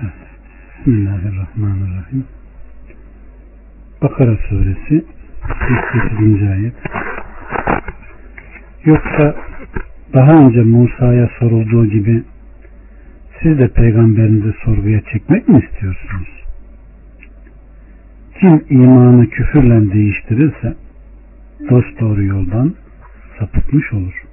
Bismillahirrahmanirrahim. Bakara suresi 48. ayet. Yoksa daha önce Musa'ya sorulduğu gibi siz de peygamberinizi sorguya çekmek mi istiyorsunuz? Kim imanı küfürle değiştirirse dosdoğru yoldan sapıtmış olur.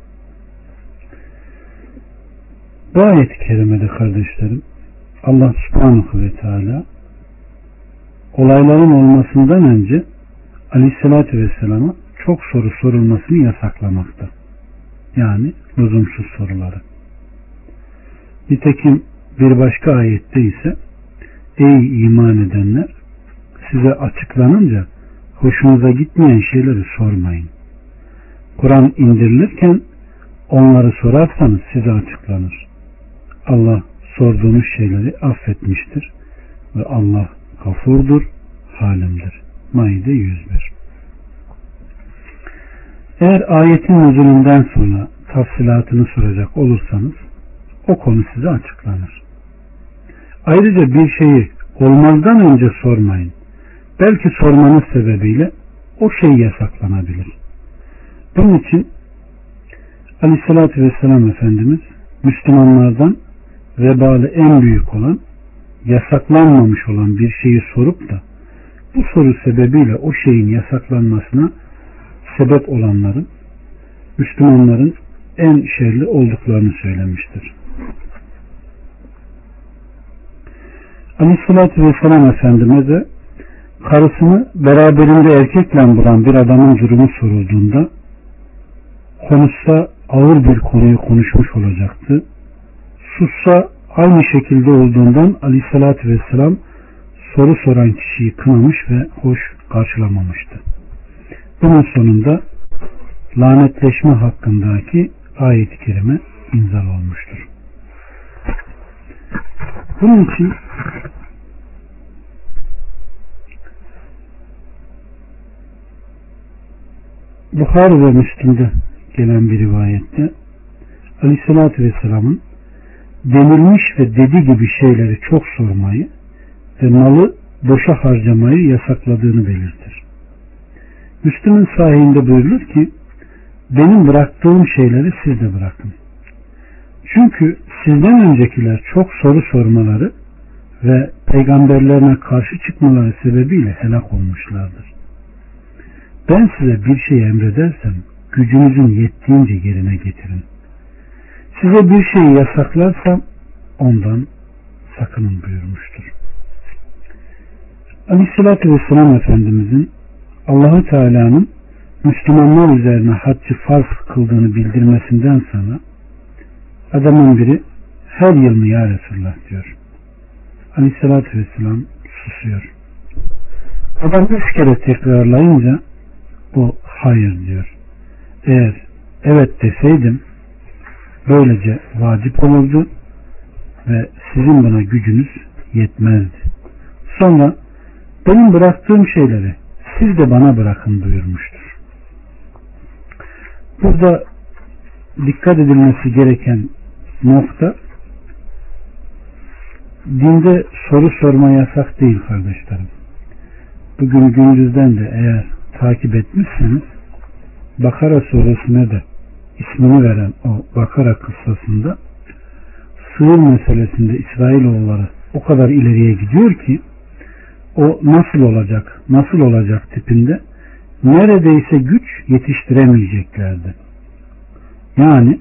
Bu ayet-i kerimede kardeşlerim, Allah subhanahu ve teala olayların olmasından önce aleyhissalatü vesselama çok soru sorulmasını yasaklamakta. Yani lüzumsuz soruları. Nitekim bir başka ayette ise ey iman edenler, size açıklanınca hoşunuza gitmeyen şeyleri sormayın. Kur'an indirilirken onları sorarsanız size açıklanır. Allah sorduğunuz şeyleri affetmiştir ve Allah gafurdur, halimdir. Maide 101. Eğer ayetin nüzulünden sonra tafsilatını soracak olursanız o konu size açıklanır. Ayrıca bir şeyi olmazdan önce sormayın. Belki sormanız sebebiyle o şey yasaklanabilir. Bunun için Aleyhisselatü Vesselam Efendimiz Müslümanlardan vebali en büyük olan, yasaklanmamış olan bir şeyi sorup da bu soru sebebiyle o şeyin yasaklanmasına sebep olanların Müslümanların en şerli olduklarını söylemiştir. Aleyhisselatü Vesselam Efendimiz'e karısını beraberinde erkekle bulan bir adamın durumu sorulduğunda konuşsa ağır bir konuyu konuşmuş olacaktı. Sussa aynı şekilde olduğundan Aleyhisselatü Vesselam soru soran kişiyi kınamış ve hoş karşılamamıştı. Bunun sonunda lanetleşme hakkındaki ayet-i kerime inzal olmuştur. Bunun için Bukhari ve Müslim'de gelen bir rivayette Aleyhisselatü Vesselam'ın denilmiş ve dedi gibi şeyleri çok sormayı ve malı boşa harcamayı yasakladığını belirtir. Müslüm'ün sahihinde buyurulur ki benim bıraktığım şeyleri siz de bırakın. Çünkü sizden öncekiler çok soru sormaları ve peygamberlerine karşı çıkmaları sebebiyle helak olmuşlardır. Ben size bir şey emredersem gücünüzün yettiğince yerine getirin. Size bir şeyi yasaklarsam ondan sakının buyurmuştur. Aleyhisselatü Vesselam Efendimizin Allah-u Teala'nın Müslümanlar üzerine haccı farz kıldığını bildirmesinden sonra adamın biri her yıl mı ya Resulullah diyor. Aleyhisselatü Vesselam susuyor. Adam 3 kere tekrarlayınca o hayır diyor. Eğer evet deseydim böylece vacip olurdu ve sizin buna gücünüz yetmezdi. Sonra benim bıraktığım şeyleri siz de bana bırakın buyurmuştur. Burada dikkat edilmesi gereken nokta, dinde soru sorma yasak değil kardeşlerim. Bugün gündüzden de eğer takip etmişseniz Bakara suresine de ismini veren o Bakara kıssasında sığır meselesinde İsrailoğulları o kadar ileriye gidiyor ki o nasıl olacak tipinde neredeyse güç yetiştiremeyeceklerdi. Yani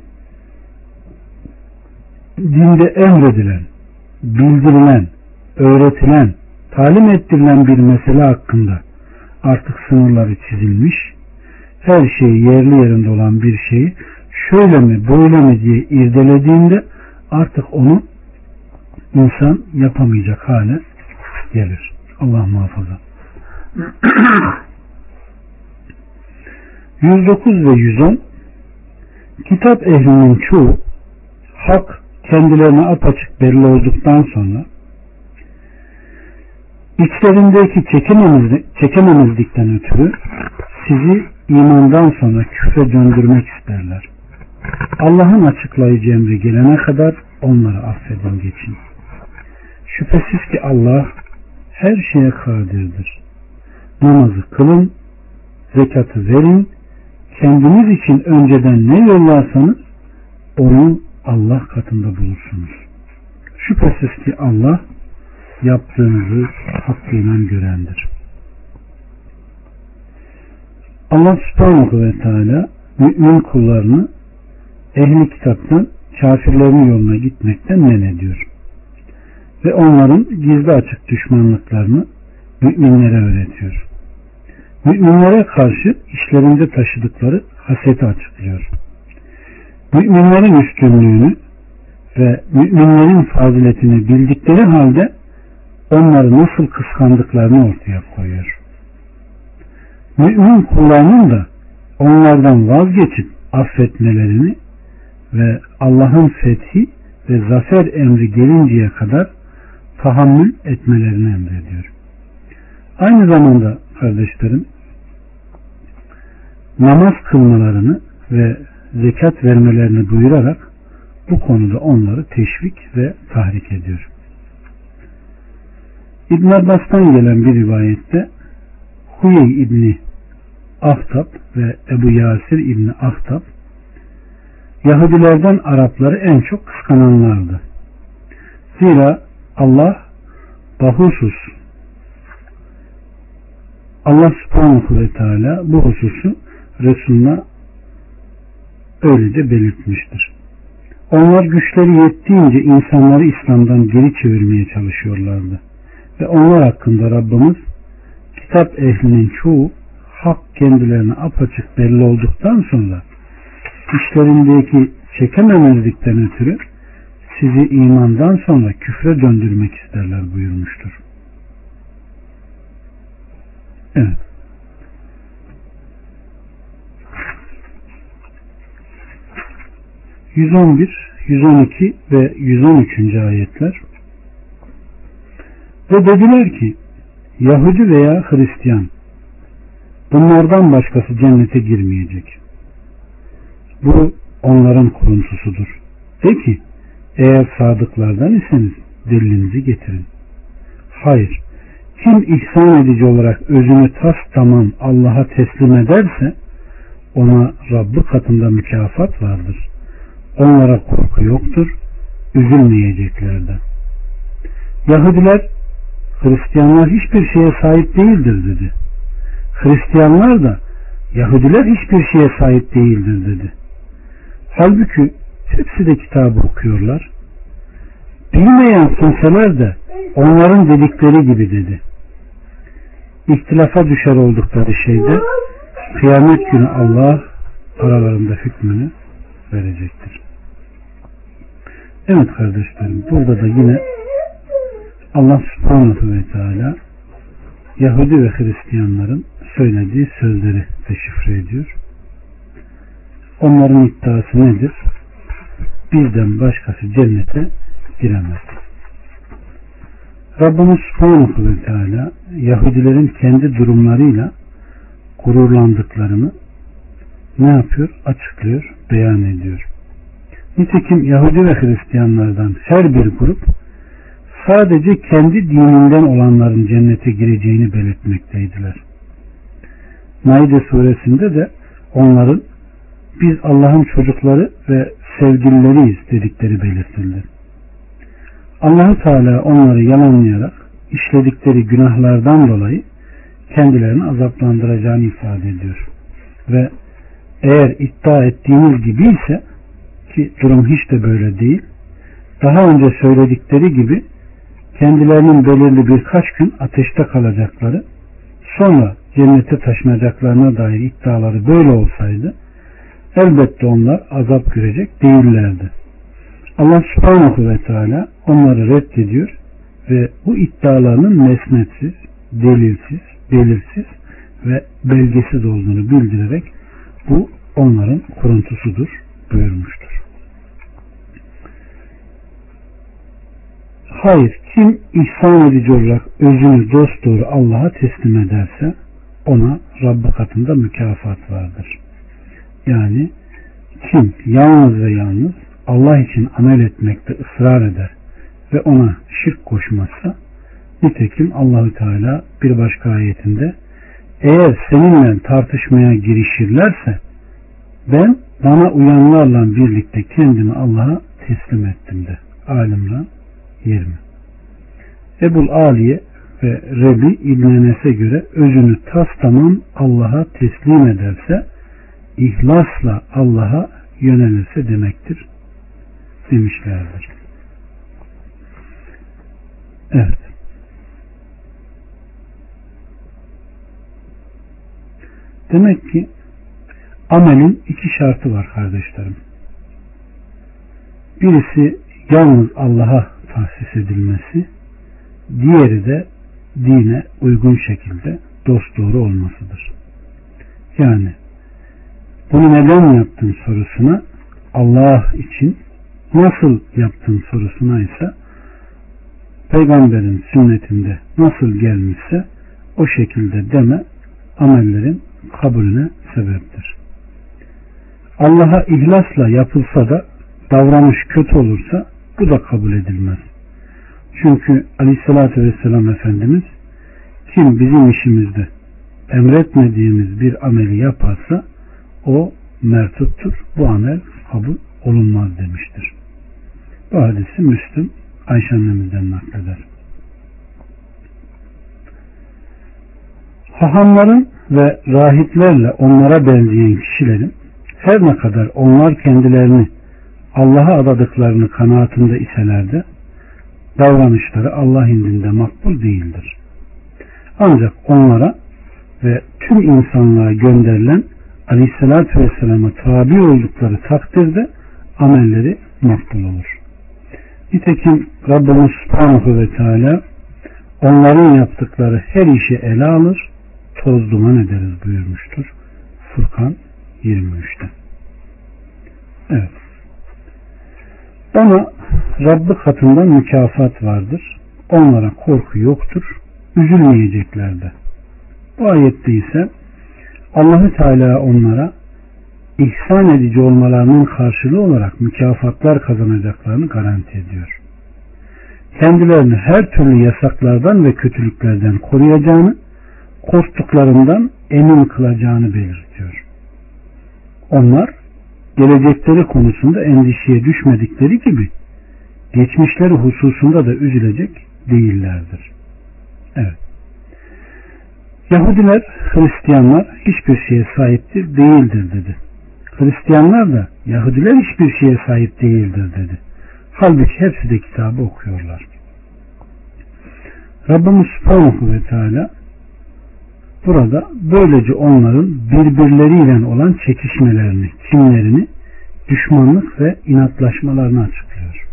dinde emredilen, bildirilen, öğretilen, talim ettirilen bir mesele hakkında artık sınırları çizilmiş, her şey yerli yerinde olan bir şeyi şöyle mi böyle mi diye irdelediğinde artık onu insan yapamayacak hale gelir. Allah muhafaza. 109 ve 110 kitap ehlinin çoğu hak kendilerine apaçık belli olduktan sonra içlerindeki çekememezlikten ötürü sizi imandan sonra küfre döndürmek isterler. Allah'ın açıklayıcı emri gelene kadar onları affedin geçin. Şüphesiz ki Allah her şeye kadirdir. Namazı kılın, zekatı verin, kendiniz için önceden ne yollarsanız onu Allah katında bulursunuz. Şüphesiz ki Allah yaptığınızı hakkıyla görendir. Allah subhanahu ve teala mümin kullarını ehli kitaptan kafirlerin yoluna gitmekten men ediyor. Ve onların gizli açık düşmanlıklarını müminlere öğretiyor. Müminlere karşı işlerinde taşıdıkları haseti açıklıyor. Müminlerin üstünlüğünü ve müminlerin faziletini bildikleri halde onları nasıl kıskandıklarını ortaya koyuyor. Mümin kullarının da onlardan vazgeçip affetmelerini ve Allah'ın fethi ve zafer emri gelinceye kadar tahammül etmelerini emrediyor. Aynı zamanda kardeşlerim, namaz kılmalarını ve zekat vermelerini buyurarak bu konuda onları teşvik ve tahrik ediyor. İbn Abbas'tan gelen bir rivayette Huyey İbni Ahtab ve Ebu Yasir İbni Ahtab Yahudilerden Arapları en çok kıskananlardı. Zira Allah subhanahu ve teala bu hususu Resulüne öylece belirtmiştir. Onlar güçleri yettiğince insanları İslam'dan geri çevirmeye çalışıyorlardı. Ve onlar hakkında Rabbimiz kitap ehlinin çoğu hak kendilerine apaçık belli olduktan sonra işlerindeki çekememezlikten ötürü sizi imandan sonra küfre döndürmek isterler buyurmuştur. Evet. ...111, 112 ve 113. ayetler. Ve dediler ki Yahudi veya Hristiyan bunlardan başkası cennete girmeyecek. Bu onların kuruntusudur. De ki eğer sadıklardan iseniz delilinizi getirin. Hayır, kim ihsan edici olarak özünü tas tamam Allah'a teslim ederse ona Rabbi katında mükafat vardır. Onlara korku yoktur, üzülmeyeceklerden. Yahudiler Hristiyanlar hiçbir şeye sahip değildir dedi. Hristiyanlar da Yahudiler hiçbir şeye sahip değildir dedi. Halbuki hepsi de kitabı okuyorlar. Bilmeyen kimseler de onların dedikleri gibi dedi. İhtilafa düşer oldukları şeyde kıyamet günü Allah aralarında hükmünü verecektir. Evet kardeşlerim, burada da yine Allah subhanahu ve teala Yahudi ve Hristiyanların söylediği sözleri deşifre ediyor. Onların iddiası nedir? Bizden başkası cennete giremez. Rabbimiz subhanahu ve teala Yahudilerin kendi durumlarıyla gururlandıklarını ne yapıyor? Açıklıyor, beyan ediyor. Nitekim Yahudi ve Hristiyanlardan her bir grup sadece kendi dininden olanların cennete gireceğini belirtmekteydiler. Maide suresinde de onların biz Allah'ın çocukları ve sevgilileriyiz dedikleri belirtildi. Allah-u Teala onları yalanlayarak işledikleri günahlardan dolayı kendilerini azaplandıracağını ifade ediyor. Ve eğer iddia ettiğiniz gibi ise, ki durum hiç de böyle değil, daha önce söyledikleri gibi kendilerinin belirli birkaç gün ateşte kalacakları, sonra cennete taşınacaklarına dair iddiaları böyle olsaydı elbette onlar azap görecek değillerdi. Allah subhanahu ve teala onları reddediyor ve bu iddialarının mesnetsiz, delilsiz, belirsiz ve belgesiz olduğunu bildirerek bu onların kuruntusudur buyurmuştur. Hayır, kim ihsan edici olarak özünü dosdoğru Allah'a teslim ederse ona Rabbi katında mükafat vardır. Yani kim yalnız ve yalnız Allah için amel etmekte ısrar eder ve ona şirk koşmazsa, nitekim Allahü Teala bir başka ayetinde eğer seninle tartışmaya girişirlerse ben bana uyanlarla birlikte kendimi Allah'a teslim ettim de. Ali-İmran 20. Ebul Aliye ve Rebi İbn Enes'e göre özünü tamam Allah'a teslim ederse, ihlasla Allah'a yönelirse demektir demişlerdir. Evet. Demek ki amelin iki şartı var kardeşlerim. Birisi yalnız Allah'a tahsis edilmesi, diğeri de dine uygun şekilde dosdoğru olmasıdır. Yani bunu neden yaptın sorusuna Allah için, nasıl yaptın sorusuna ise peygamberin sünnetinde nasıl gelmişse o şekilde deme amellerin kabulüne sebeptir. Allah'a ihlasla yapılsa da davranış kötü olursa bu da kabul edilmez. Çünkü Aleyhisselatü Vesselam Efendimiz kim bizim işimizde emretmediğimiz bir ameli yaparsa o mertuttur. Bu amel kabul olunmaz demiştir. Bu hadisi Müslüm Ayşe annemizden nakleder. Hahamların ve rahiplerle onlara benzeyen kişilerin her ne kadar onlar kendilerini Allah'a adadıklarını kanaatinde iseler de davranışları Allah indinde makbul değildir. Ancak onlara ve tüm insanlığa gönderilen Aleyhisselatü Vesselam'a tabi oldukları takdirde amelleri makbul olur. Nitekim Rabbimiz Subhanahu ve Teala onların yaptıkları her işi ele alır, toz duman ederiz buyurmuştur. Furkan 23'te. Evet. Ona Rabbi katında mükafat vardır. Onlara korku yoktur. Üzülmeyecekler de. Bu ayette ise Allah-u Teala onlara ihsan edici olmalarının karşılığı olarak mükafatlar kazanacaklarını garanti ediyor. Kendilerini her türlü yasaklardan ve kötülüklerden koruyacağını, korktuklarından emin kılacağını belirtiyor. Onlar gelecekleri konusunda endişeye düşmedikleri gibi geçmişleri hususunda da üzülecek değillerdir. Evet. Yahudiler, Hristiyanlar hiçbir şeye sahiptir, değildir dedi. Hristiyanlar da Yahudiler hiçbir şeye sahip değildir dedi. Halbuki hepsi de kitabı okuyorlar. Rabbimiz Subhanahu ve Teala burada böylece onların birbirleriyle olan çekişmelerini, kinlerini, düşmanlık ve inatlaşmalarını açıklıyor.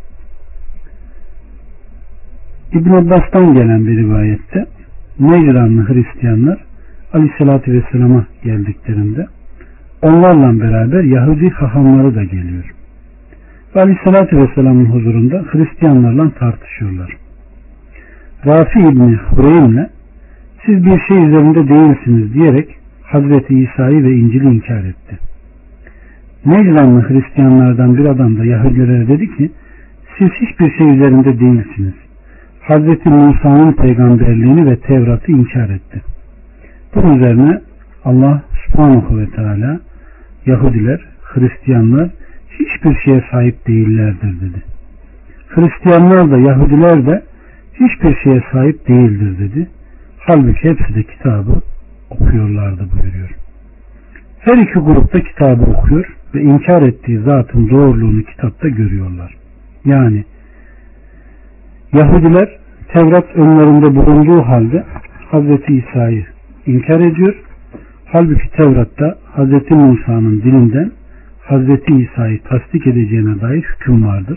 İbn Abbas'tan gelen bir rivayette Necranlı Hristiyanlar Aleyhisselatü Vesselam'a geldiklerinde onlarla beraber Yahudi hahamları da geliyor. Ve Aleyhisselatü Vesselam'ın huzurunda Hristiyanlarla tartışıyorlar. Rafi İbni Hureym'le siz bir şey üzerinde değilsiniz diyerek Hazreti İsa'yı ve İncil'i inkar etti. Necranlı Hristiyanlardan bir adam da Yahudilere dedi ki siz hiçbir şey üzerinde değilsiniz. Hazreti Musa'nın peygamberliğini ve Tevrat'ı inkar etti. Bunun üzerine Allah Subhanahu ve Teala Yahudiler, Hristiyanlar hiçbir şeye sahip değillerdir dedi. Hristiyanlar da Yahudiler de hiçbir şeye sahip değildir dedi. Halbuki hepsi de kitabı okuyorlardı buyuruyor. Her iki grupta kitabı okuyor ve inkar ettiği zatın doğruluğunu kitapta görüyorlar. Yani Yahudiler Tevrat önlerinde bulunduğu halde Hazreti İsa'yı inkar ediyor. Halbuki Tevrat'ta Hazreti Musa'nın dilinden Hazreti İsa'yı tasdik edeceğine dair hüküm vardır.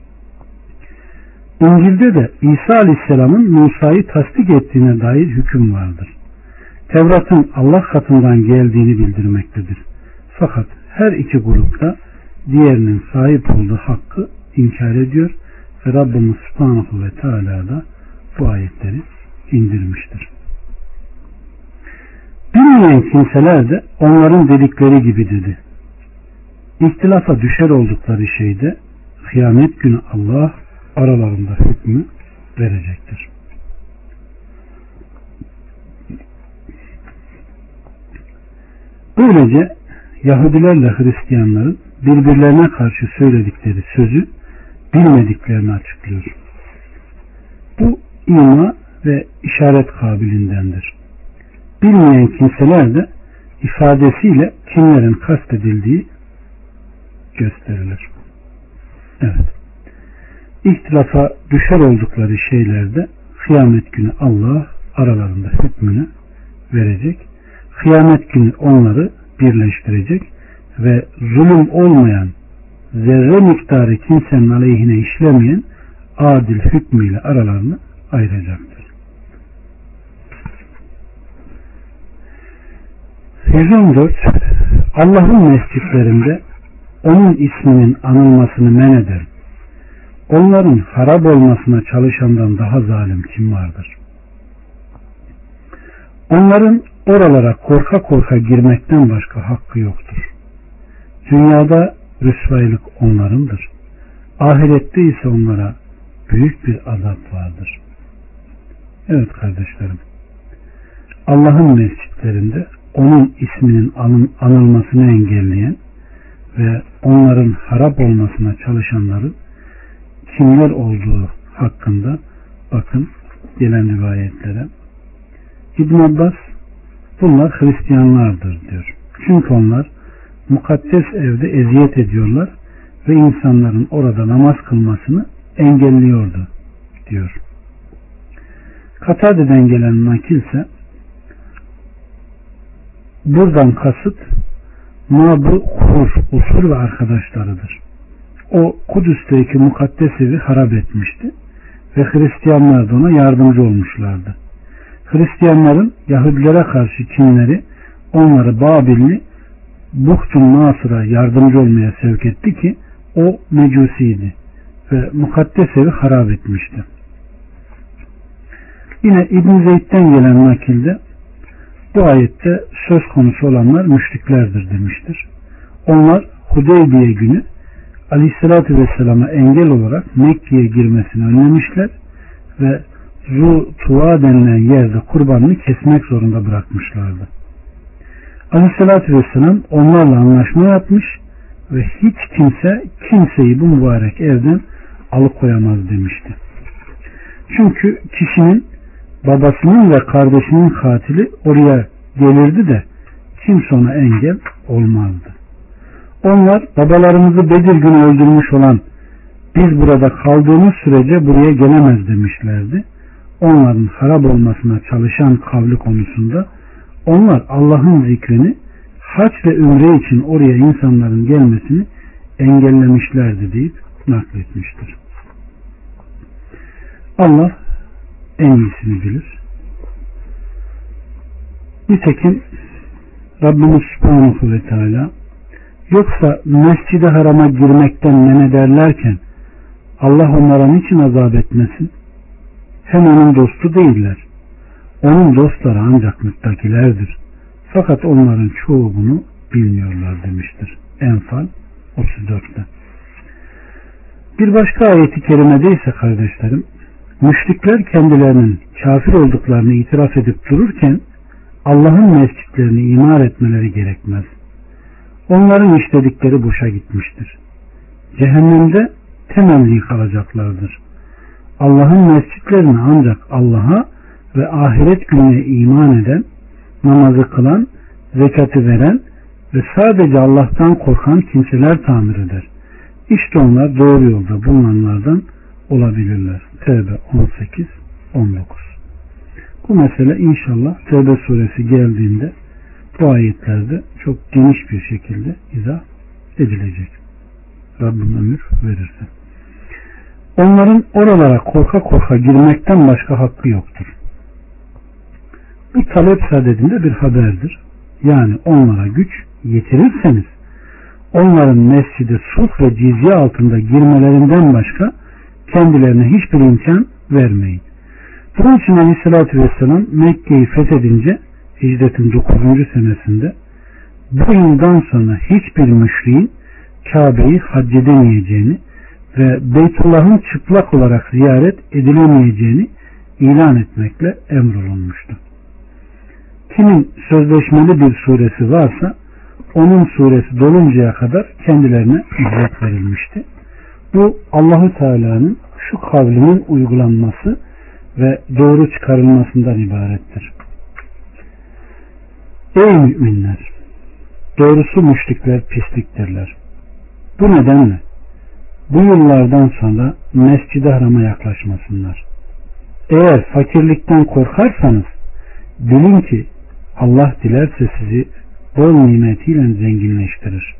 İncil'de de İsa Aleyhisselam'ın Musa'yı tasdik ettiğine dair hüküm vardır. Tevrat'ın Allah katından geldiğini bildirmektedir. Fakat her iki grupta diğerinin sahip olduğu hakkı inkar ediyor ve Rabbimiz Subhanahu ve Teala da bu ayetleri indirmiştir. Bilmeyen kimseler de onların dedikleri gibi dedi. İhtilafa düşer oldukları şeyde kıyamet günü Allah aralarında hükmü verecektir. Böylece Yahudilerle Hristiyanların birbirlerine karşı söyledikleri sözü bilmediklerini açıklıyor. Bu ima ve işaret kabiliğindendir. Bilmeyen kimseler de ifadesiyle kimlerin kastedildiği gösterilir. Evet. İhtilafa düşer oldukları şeylerde kıyamet günü Allah aralarında hükmünü verecek. Kıyamet günü onları birleştirecek ve zulüm olmayan, zerre miktarı kimsenin aleyhine işlemeyen adil hükmüyle aralarını ayıracaktır. 114. Allah'ın mescitlerinde onun isminin anılmasını men eder. Onların harap olmasına çalışandan daha zalim kim vardır? Onların oralara korka korka girmekten başka hakkı yoktur. Dünyada rüsvaylık onlarındır. Ahirette ise onlara büyük bir azap vardır. Evet kardeşlerim, Allah'ın mescitlerinde onun isminin anılmasını engelleyen ve onların harap olmasına çalışanların kimler olduğu hakkında bakın gelen rivayetlere. İbn Abbas bunlar Hristiyanlardır diyor. Çünkü onlar mukaddes evde eziyet ediyorlar ve insanların orada namaz kılmasını engelliyordu diyor. Katade'den gelen nakilse buradan kasıt Mab-ı Hur, usul ve arkadaşlarıdır. O Kudüs'teki mukaddes evi harap etmişti ve Hristiyanlar da ona yardımcı olmuşlardı. Hristiyanların Yahudilere karşı kinleri onları Babil'li Buhtun Nasır'a yardımcı olmaya sevk etti ki o mecusiydi ve mukaddes evi harap etmişti. Yine İbn Zeyd'den gelen nakilde bu ayette söz konusu olanlar müşriklerdir demiştir. Onlar Hudeybiye günü Aleyhisselatü Vesselam'a engel olarak Mekke'ye girmesini önlemişler ve Zu-Tuva denilen yerde kurbanını kesmek zorunda bırakmışlardı. Aleyhisselatü Vesselam onlarla anlaşma yapmış ve hiç kimse kimseyi bu mübarek evden alıkoyamaz demişti. Çünkü kişinin babasının ve kardeşinin katili oraya gelirdi de kimse ona engel olmazdı. Onlar babalarımızı Bedir günü öldürmüş olan biz burada kaldığımız sürece buraya gelemez demişlerdi. Onların harap olmasına çalışan kavli konusunda onlar Allah'ın zikrini hac ve ümre için oraya insanların gelmesini engellemişlerdi deyip nakletmiştir. Allah en iyisini bilir. Nitekim Rabbimiz Subhanahu ve Teala yoksa Mescid-i Haram'a girmekten men ederlerken Allah onlara niçin azap etmesin? Hem onun dostu değiller. Onun dostları ancak müttakilerdir. Fakat onların çoğu bunu bilmiyorlar demiştir. Enfal 34'te. Bir başka ayeti kerimede ise kardeşlerim, müşrikler kendilerinin kafir olduklarını itiraf edip dururken Allah'ın mescitlerini imar etmeleri gerekmez. Onların işledikleri boşa gitmiştir. Cehennemde temelli kalacaklardır. Allah'ın mescitlerini ancak Allah'a ve ahiret gününe iman eden, namazı kılan, zekatı veren ve sadece Allah'tan korkan kimseler tamir eder. İşte onlar doğru yolda bulunanlardan olabilirler. Tevbe 18-19. Bu mesele inşallah Tevbe suresi geldiğinde bu ayetlerde çok geniş bir şekilde izah edilecek. Rabbim ömür verirse. Onların oralara korka korka girmekten başka hakkı yoktur. Bu talep sadedinde bir haberdir. Yani onlara güç yetirirseniz onların mescide sulh ve cizye altında girmelerinden başka kendilerine hiçbir imkan vermeyin. Bunun için Aleyhisselatü Vesselam Mekke'yi fethedince hicretin 9. senesinde bu yıldan sonra hiçbir müşriğin Kabe'yi hac edemeyeceğini ve Beytullah'ın çıplak olarak ziyaret edilemeyeceğini ilan etmekle emrolunmuştu. Kimin sözleşmeli bir suresi varsa onun suresi doluncaya kadar kendilerine ücret verilmişti. Bu Allahu Teala'nın şu kavlinin uygulanması ve doğru çıkarılmasından ibarettir. Ey müminler! Doğrusu müşrikler pisliktirler. Bu nedenle bu yıllardan sonra Mescid-i Haram'a yaklaşmasınlar. Eğer fakirlikten korkarsanız bilin ki Allah dilerse sizi bol nimetiyle zenginleştirir.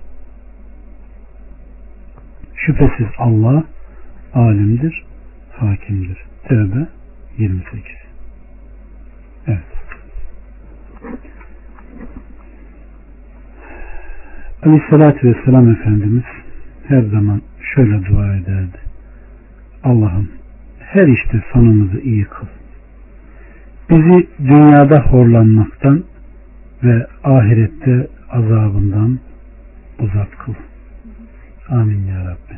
Şüphesiz Allah alimdir, hakimdir. Tevbe 28. Evet. Aleyhissalatü vesselam Efendimiz her zaman şöyle dua ederdi. Allah'ım her işte sonumuzu iyi kıl. Bizi dünyada horlanmaktan ve ahirette azabından uzak kıl. Amin ya Rabbi.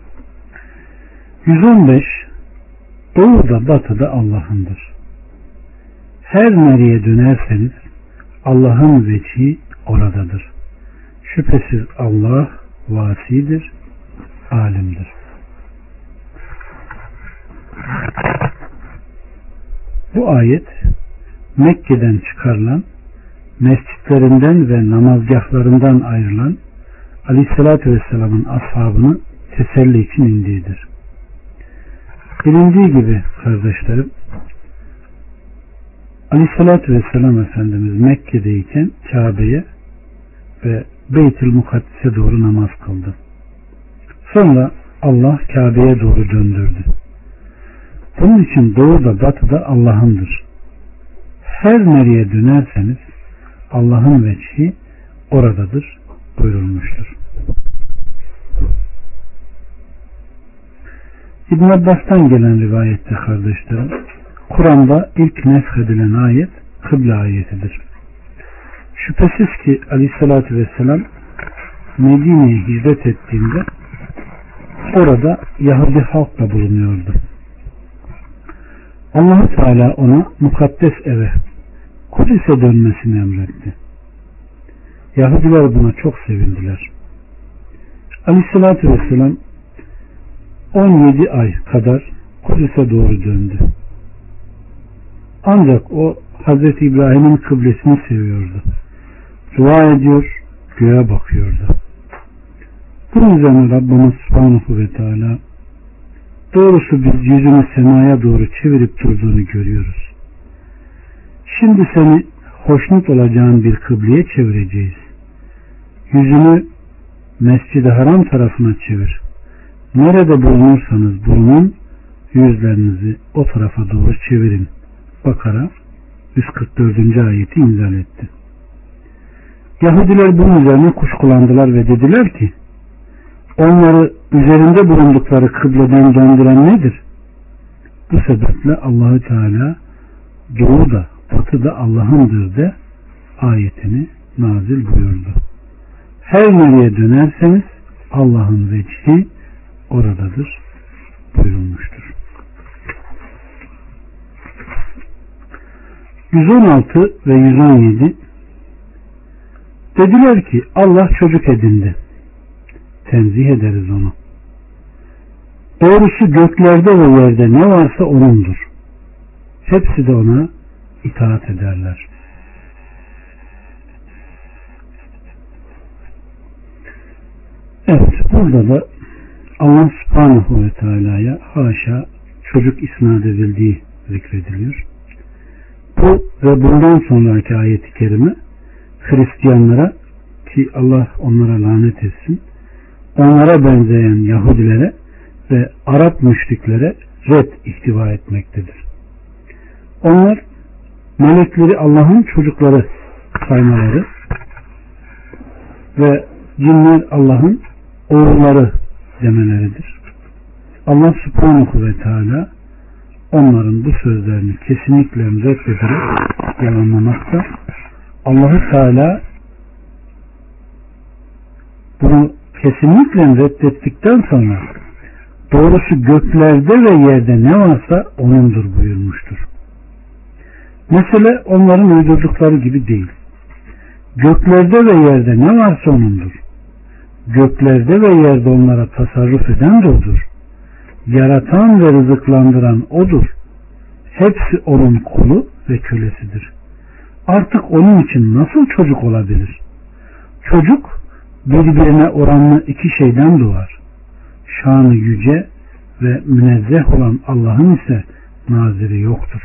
115. Doğuda batıda Allah'ındır. Her nereye dönerseniz Allah'ın vecihi oradadır. Şüphesiz Allah vasidir, alimdir. Bu ayet Mekke'den çıkarılan, mescitlerinden ve namazgahlarından ayrılan Aleyhisselatü Vesselam'ın ashabını teselli için indiğidir. Bilindiği gibi kardeşlerim, Aleyhisselatü Vesselam Efendimiz Mekke'deyken Kabe'ye ve Beyt-ül Mukaddis'e doğru namaz kıldı. Sonra Allah Kabe'ye doğru döndürdü. Bunun için doğuda batıda Allah'ındır. Her nereye dönerseniz Allah'ın vecihi oradadır buyurulmuştur. İbn Abbas'tan gelen rivayette kardeşlerim, Kur'an'da ilk neshedilen ayet kıble ayetidir. Şüphesiz ki Aleyhisselatü Vesselam Medine'ye hicret ettiğinde orada Yahudi halkla bulunuyordu. Allah Teala ona mukaddes eve, Kudüs'e dönmesini emretti. Yahudiler buna çok sevindiler. Aleyhissalatü Vesselam 17 ay kadar Kudüs'e doğru döndü. Ancak o Hazreti İbrahim'in kıblesini seviyordu. Dua ediyor, göğe bakıyordu. Bunun üzerine Rabbimiz Subhanahu ve Teala, doğrusu biz yüzünü semaya doğru çevirip durduğunu görüyoruz. Şimdi seni hoşnut olacağın bir kıbleye çevireceğiz. Yüzünü Mescid-i Haram tarafına çevir. Nerede bulunursanız bulunun, yüzlerinizi o tarafa doğru çevirin. Bakara 144. ayeti inzal etti. Yahudiler bunun üzerine kuşkulandılar ve dediler ki, onları üzerinde bulundukları kıbleden döndüren nedir? Bu sebeple Allahü Teala doğu da batı da Allah'ındır de ayetini nazil buyurdu. Her nereye dönerseniz Allah'ın vecihi oradadır buyurulmuştur. 116 ve 117 dediler ki Allah çocuk edindi. Tenzih ederiz onu. Doğrusu göklerde ve yerde ne varsa O'nundur. Hepsi de O'na itaat ederler. Evet, burada da Allah Subhanahu ve Teala'ya haşa çocuk isnat edildiği zikrediliyor. Bu ve bundan sonraki ayet-i kerime Hristiyanlara, ki Allah onlara lanet etsin, onlara benzeyen Yahudilere ve Arap müşriklere red ihtiva etmektedir. Onlar melekleri Allah'ın çocukları saymaları ve cinler Allah'ın oğulları demeleridir. Allah Subhanahu ve Teala onların bu sözlerini kesinlikle reddederek yalanlamakta. Allah Teala bunu kesinlikle reddettikten sonra Doğrusu göklerde ve yerde ne varsa O'nundur buyurmuştur. Mesele onların uydurdukları gibi değil. Göklerde ve yerde ne varsa O'nundur. Göklerde ve yerde onlara tasarruf eden de O'dur. Yaratan ve rızıklandıran O'dur. Hepsi O'nun kulu ve kölesidir. Artık O'nun için nasıl çocuk olabilir? Çocuk birbirine oranlı iki şeyden doğar. Şanı yüce ve münezzeh olan Allah'ın ise naziri yoktur.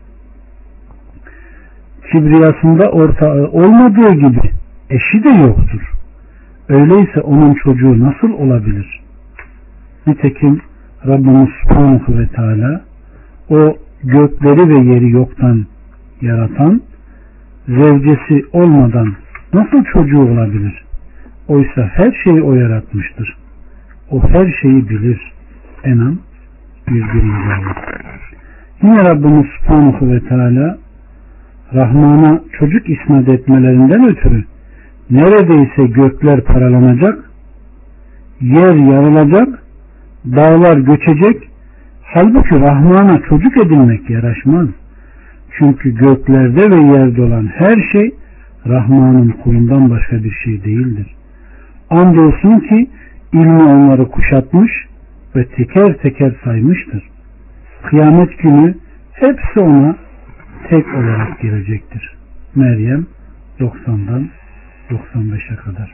Kibriyasında ortağı olmadığı gibi eşi de yoktur. Öyleyse onun çocuğu nasıl olabilir? Nitekim Rabbimiz Subhanahu ve Teala o gökleri ve yeri yoktan yaratan, zevcesi olmadan nasıl çocuğu olabilir? Oysa her şeyi O yaratmıştır. O her şeyi bilir. En'am 101. ayet. Yine Rabbimiz Subhanahu ve Teala Rahman'a çocuk isnat etmelerinden ötürü neredeyse gökler paralanacak, yer yarılacak, dağlar göçecek. Halbuki Rahman'a çocuk edinmek yaraşmaz. Çünkü göklerde ve yerde olan her şey Rahman'ın kulundan başka bir şey değildir. Andolsun ki ilmi onları kuşatmış ve teker teker saymıştır. Kıyamet günü hepsi ona tek olarak gelecektir. Meryem 90'dan 95'e kadar.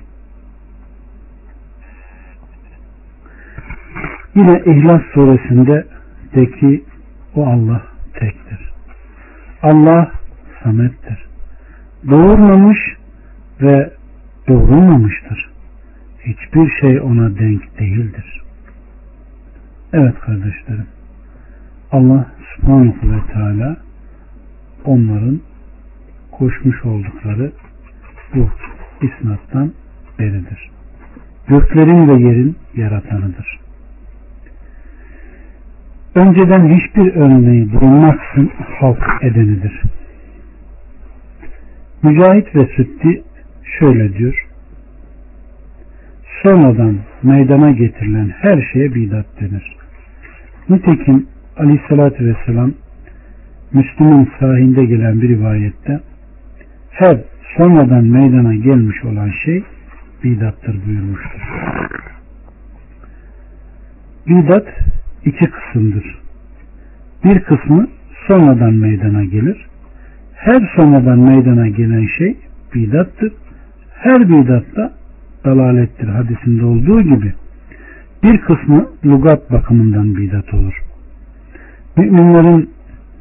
Yine İhlas suresinde de ki o Allah tektir. Allah samettir. Doğurmamış ve doğurulmamıştır. Hiçbir şey ona denk değildir. Evet kardeşlerim, Allah Subhanahu ve Teala onların koşmuş oldukları bu isnattan beridir. Göklerin ve yerin yaratanıdır. Önceden hiçbir örneği bulunmaksızın halk edenidir. Mücahit ve Süddi şöyle diyor: sonradan meydana getirilen her şeye bidat denir. Nitekim Aleyhisselatü Vesselam Müslüm'ün sahihinde gelen bir rivayette her sonradan meydana gelmiş olan şey bidattır buyurmuştur. Bidat iki kısımdır. Bir kısmı sonradan meydana gelir. Her sonradan meydana gelen şey bidattır. Her bidat da dalalettir hadisinde olduğu gibi. Bir kısmı lügat bakımından bidat olur. Müminlerin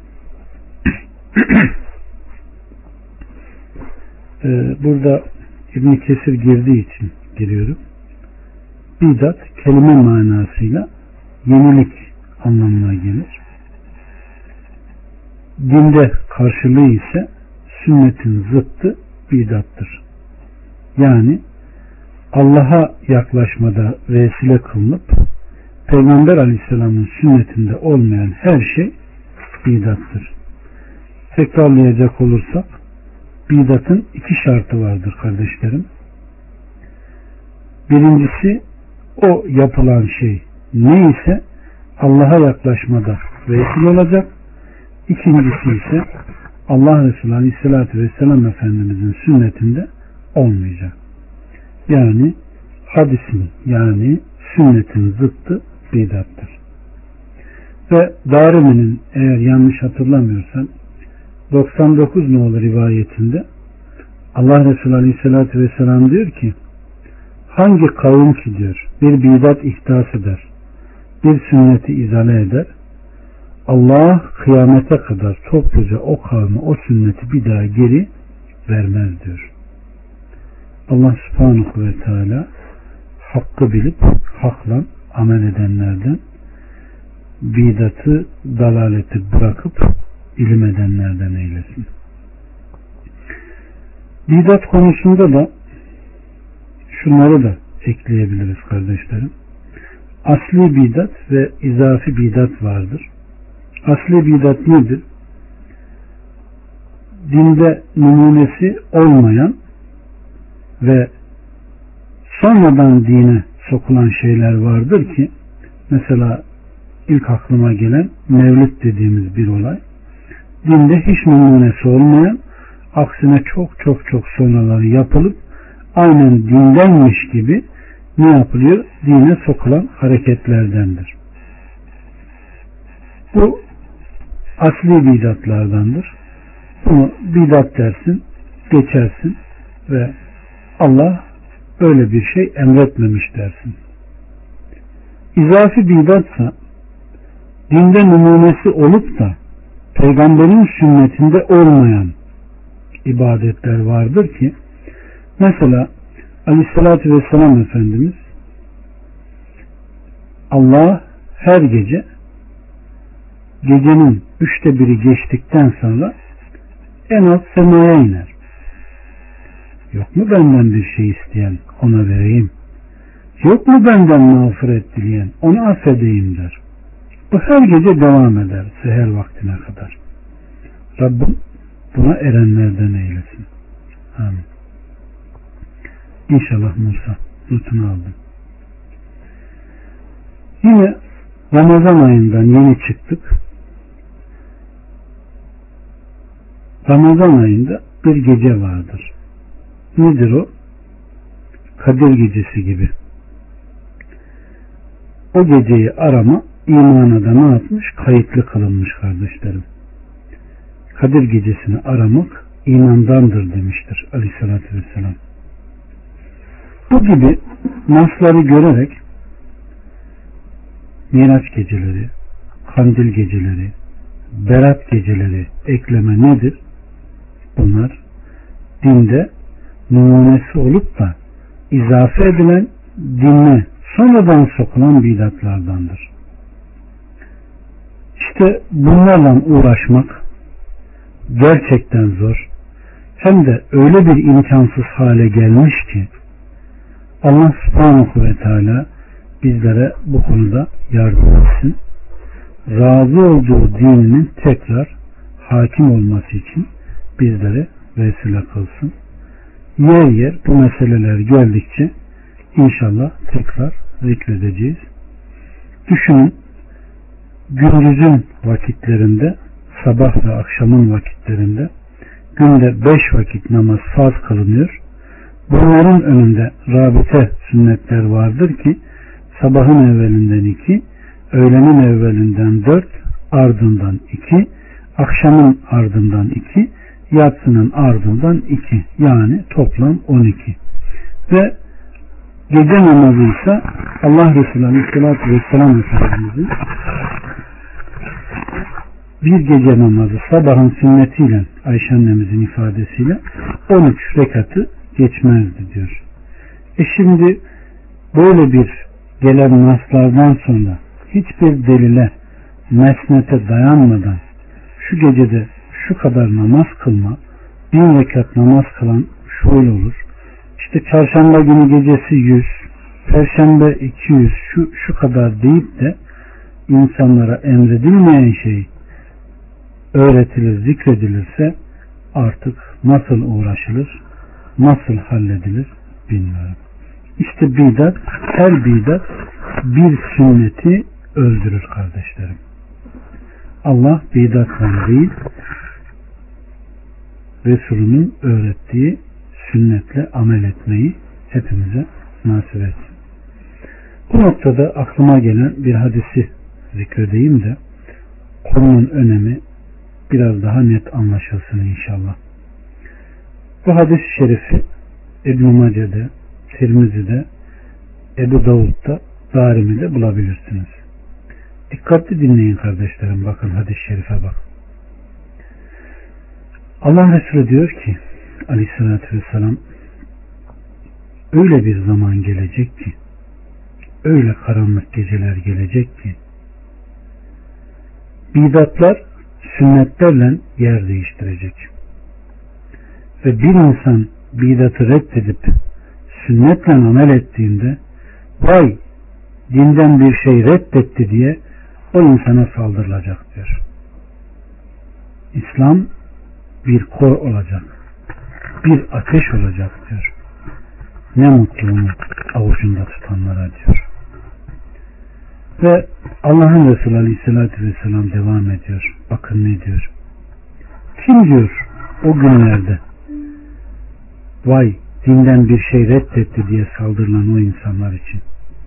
burada İbn-i Kesir girdiği için giriyorum. Bidat kelime manasıyla yenilik anlamına gelir. Dinde karşılığı ise sünnetin zıttı bidattır. Yani Allah'a yaklaşmada vesile kılınıp Peygamber Aleyhisselam'ın sünnetinde olmayan her şey bidattır. Tekrarlayacak olursak bidatın iki şartı vardır kardeşlerim. Birincisi, o yapılan şey neyse Allah'a yaklaşmada vesile olacak. İkincisi ise Allah Resulü Aleyhisselatü Vesselam Efendimizin sünnetinde olmayacak. Yani hadisin, yani sünnetin zıttı bidattır. Ve Darimi'nin, eğer yanlış hatırlamıyorsam, 99 nolu rivayetinde Allah Resulü Aleyhisselatü Vesselam diyor ki, hangi kavim ki diyor bir bidat ihdas eder, bir sünneti izale eder, Allah kıyamete kadar topluca o kavmi o sünneti bir daha geri vermez diyor. Allah Subhanahu ve Teala hakkı bilip hakla amel edenlerden, bidatı, dalaleti bırakıp ilim edenlerden eylesin. Bidat konusunda da şunları da ekleyebiliriz kardeşlerim. Asli bidat ve izafi bidat vardır. Asli bidat nedir? Dinde numunesi olmayan ve sonradan dine sokulan şeyler vardır ki mesela ilk aklıma gelen Mevlid dediğimiz bir olay. Dinde hiç numunesi olmayan, aksine çok sonraları yapılıp aynen dindenmiş gibi ne yapılıyor? Dine sokulan hareketlerdendir. Bu asli bidatlardandır. Bunu bidat dersin, geçersin ve Allah öyle bir şey emretmemiş dersin. İzafi bidatsa dinde numunesi olup da peygamberin sünnetinde olmayan ibadetler vardır ki mesela Aleyhisselatü Vesselam Efendimiz Allah her gece gecenin 1/3 geçtikten sonra en az semaya iner. Yok mu benden bir şey isteyen ona vereyim? Yok mu benden mağfiret dileyen onu affedeyim der. Bu her gece devam eder seher vaktine kadar. Rabbim buna erenlerden eylesin. Amin. İnşallah Musa notunu aldım. Yine Ramazan ayından yeni çıktık. Ramazan ayında bir gece vardır. Nedir o? Kadir gecesi gibi. O geceyi arama imana da ne yapmış? Kayıtlı kılınmış kardeşlerim. Kadir gecesini aramak imandandır demiştir Aleyhisselatü Vesselam. Bu gibi nasları görerek Miraç geceleri, Kandil geceleri, Berat geceleri ekleme nedir? Bunlar dinde numunesi olup da izafe edilen, dinle sonradan sokulan bidatlardandır. İşte bunlarla uğraşmak gerçekten zor. Hem de öyle bir imkansız hale gelmiş ki Allah subhanahu ve teala bizlere bu konuda yardım etsin. Razı olduğu dininin tekrar hakim olması için bizlere vesile kılsın. Yer yer bu meseleler geldikçe inşallah tekrar zikredeceğiz. Düşünün, gündüzün vakitlerinde, sabah ve akşamın vakitlerinde günde 5 vakit namaz farz kılınıyor. Bunların önünde rabite sünnetler vardır ki sabahın evvelinden 2, öğlenin evvelinden 4, ardından 2, akşamın ardından 2, yatsının ardından 2, yani toplam 12. Ve gece namazı ise Allah Resulü Aleyhisselatü Vesselam Efendimizin bir gece namazı sabahın sünnetiyle, Ayşe annemizin ifadesiyle 13 rekatı geçmezdi diyor. Şimdi böyle bir gelen naslardan sonra hiçbir delile, mesnete dayanmadan şu gecede şu kadar namaz kılma, 1000 rekat namaz kılan şöyle olur. İşte çarşamba günü gecesi 100, perşembe 200, şu kadar deyip de insanlara emredilmeyen şey öğretilir, zikredilirse artık nasıl uğraşılır, nasıl halledilir bilmiyorum. İşte bidat, her bidat bir sünneti öldürür kardeşlerim. Allah bidatla değil, Resulünün öğrettiği sünnetle amel etmeyi hepimize nasip etsin. Bu noktada aklıma gelen bir hadisi zikredeyim de konunun önemi biraz daha net anlaşılsın inşallah. Bu hadis-i şerifi İbn-i Mace'de, Tirmizi'de, Ebu Davud'da, Darimi'de bulabilirsiniz. Dikkatli dinleyin kardeşlerim, bakın hadis-i şerife bak. Allah Resulü diyor ki Aleyhisselatü Vesselam, öyle bir zaman gelecek ki, öyle karanlık geceler gelecek ki bidatlar sünnetlerle yer değiştirecek. Ve bir insan bidatı reddedip sünnetle amel ettiğinde vay dinden bir şey reddetti diye o insana saldırılacak diyor. İslam bir kor olacak, bir ateş olacak diyor. Ne mutlu onu avucunda tutanlara diyor. Ve Allah'ın Resulü Aleyhisselatü Vesselam devam ediyor. Bakın ne diyor. Kim diyor o günlerde vay dinden bir şey reddetti diye saldırılan o insanlar için.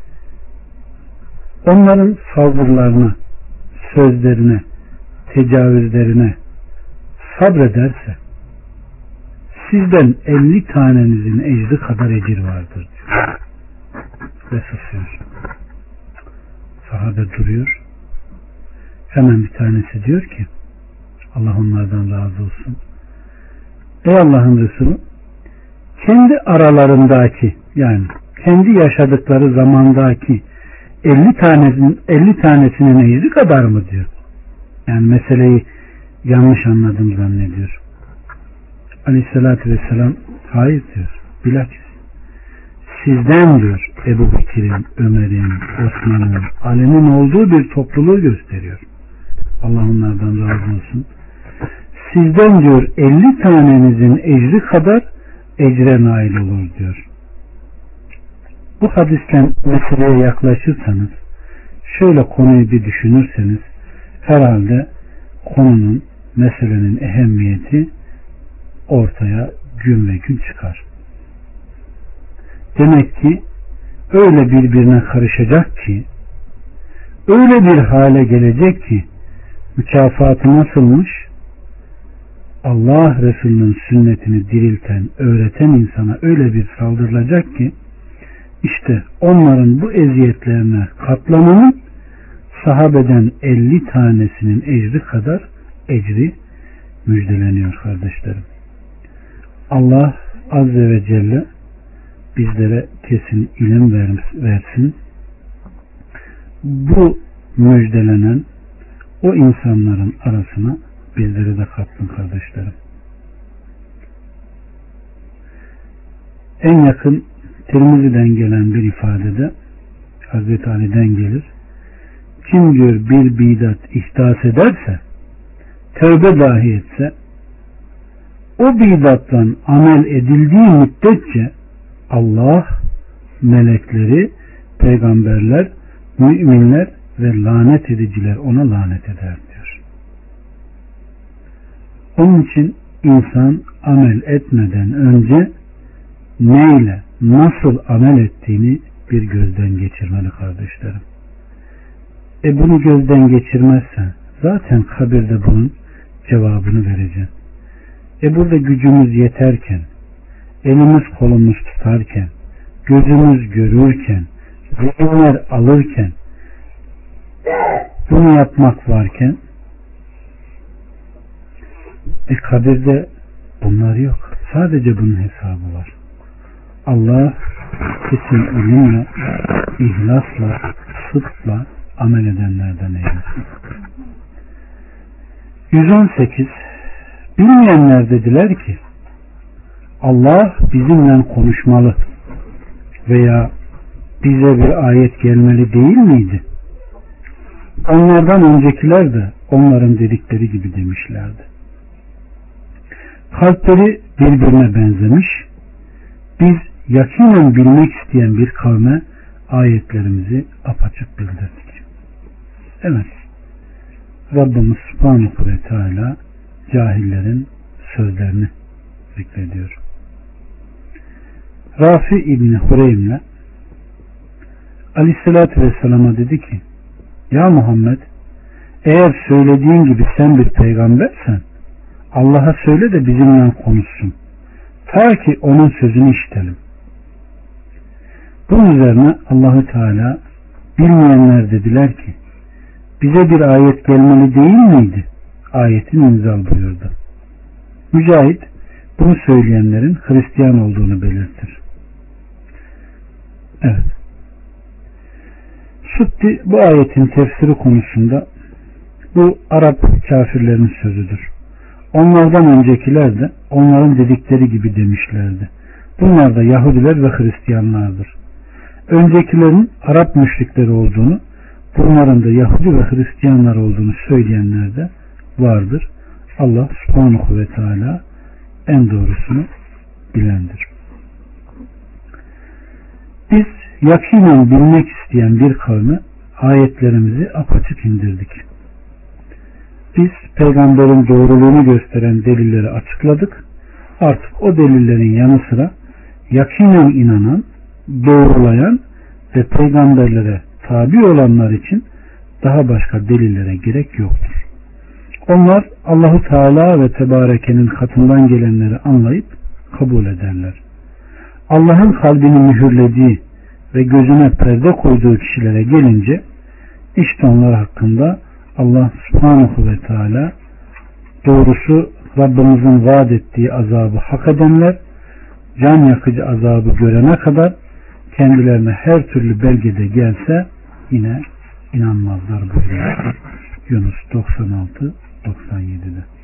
Onların saldırılarına, sözlerine, tecavüzlerine sabrederse sizden 50 tanenizin ecri kadar ecir vardır diyor. Ve susuyor. Sahabe duruyor. Hemen bir tanesi diyor ki Allah onlardan razı olsun. Ey Allah'ın Resulü, kendi aralarındaki yani kendi yaşadıkları zamandaki 50 tanesinin ecri kadar mı diyor. Yani meseleyi yanlış anladım zannediyor. Aleyhissalatü vesselam hayır diyor. Bilakis sizden diyor Ebu Bekir'in, Ömer'in, Osman'ın, Ali'nin olduğu bir topluluğu gösteriyor. Allah onlardan razı olsun. Sizden diyor 50 tanenizin ecri kadar ecre nail olur diyor. Bu hadisten meseleye yaklaşırsanız, şöyle konuyu bir düşünürseniz, herhalde konunun, meselenin ehemmiyeti ortaya gün ve gün çıkar. Demek ki öyle birbirine karışacak ki, öyle bir hale gelecek ki, mükafatı nasılmış? Allah Resulü'nün sünnetini dirilten, öğreten insana öyle bir saldırılacak ki, işte onların bu eziyetlerine katlananın sahabeden 50 tanesinin ecri kadar ecri müjdeleniyor kardeşlerim. Allah Azze ve Celle bizlere kesin ilim versin. Bu müjdelenen o insanların arasına bizleri de katsın kardeşlerim. En yakın Tirmizi'den gelen bir ifadede Hazreti Ali'den gelir. Kim diyor bir bidat ihdas ederse, tövbe dahi etse, o bidattan amel edildiği müddetçe Allah, melekleri, peygamberler, müminler ve lanet ediciler ona lanet eder diyor. Onun için insan amel etmeden önce neyle, nasıl amel ettiğini bir gözden geçirmeli kardeşlerim. Bunu gözden geçirmezsen zaten kabirde bunun cevabını vereceksin. Burada gücümüz yeterken, elimiz kolumuz tutarken, gözümüz görürken, zihinler alırken, bunu yapmak varken kabirde bunlar yok. Sadece bunun hesabı var. Allah kesin ilimle, ihlasla, sıdkla amel edenlerden eylesin. 118. Bilmeyenler dediler ki Allah bizimle konuşmalı veya bize bir ayet gelmeli değil miydi? Onlardan öncekiler de onların dedikleri gibi demişlerdi. Kalpleri birbirine benzemiş, biz yakinen bilmek isteyen bir kavme ayetlerimizi apaçık bildirdik. Evet, Rabbimiz Subhanahu ve Teala cahillerin sözlerini zikrediyor. Rafi İbni Hureym'le Aleyhisselatü Vesselam'a dedi ki, ya Muhammed, eğer söylediğin gibi sen bir peygambersen Allah'a söyle de bizimle konuşsun. Ta ki onun sözünü işitelim. Bunun üzerine Allahu Teala bilmeyenler dediler ki bize bir ayet gelmeli değil miydi? Ayetin inzal buyurdu. Mücahit bunu söyleyenlerin Hristiyan olduğunu belirtir. Evet. Sütti bu ayetin tefsiri konusunda bu Arap kafirlerin sözüdür. Onlardan öncekiler de onların dedikleri gibi demişlerdi. Bunlar da Yahudiler ve Hristiyanlardır. Öncekilerin Arap müşrikleri olduğunu, bunların da Yahudi ve Hristiyanlar olduğunu söyleyenler de vardır. Allah Subhanahu ve Teala en doğrusunu bilendir. Biz yakinen bilmek isteyen bir kavme ayetlerimizi apaçık indirdik. Biz peygamberin doğruluğunu gösteren delilleri açıkladık. Artık o delillerin yanı sıra yakinen inanan, doğrulayan ve peygamberlere tabi olanlar için daha başka delillere gerek yoktur. Onlar Allahu Teala ve Tebareke'nin katından gelenleri anlayıp kabul ederler. Allah'ın kalbini mühürlediği ve gözüne perde koyduğu kişilere gelince işte onlar hakkında Allah Subhanahu ve Teala doğrusu Rabbimizin vaat ettiği azabı hak edenler can yakıcı azabı görene kadar kendilerine her türlü belgede gelse yine inanmazlar buyuruyor. Yunus 96-97'de.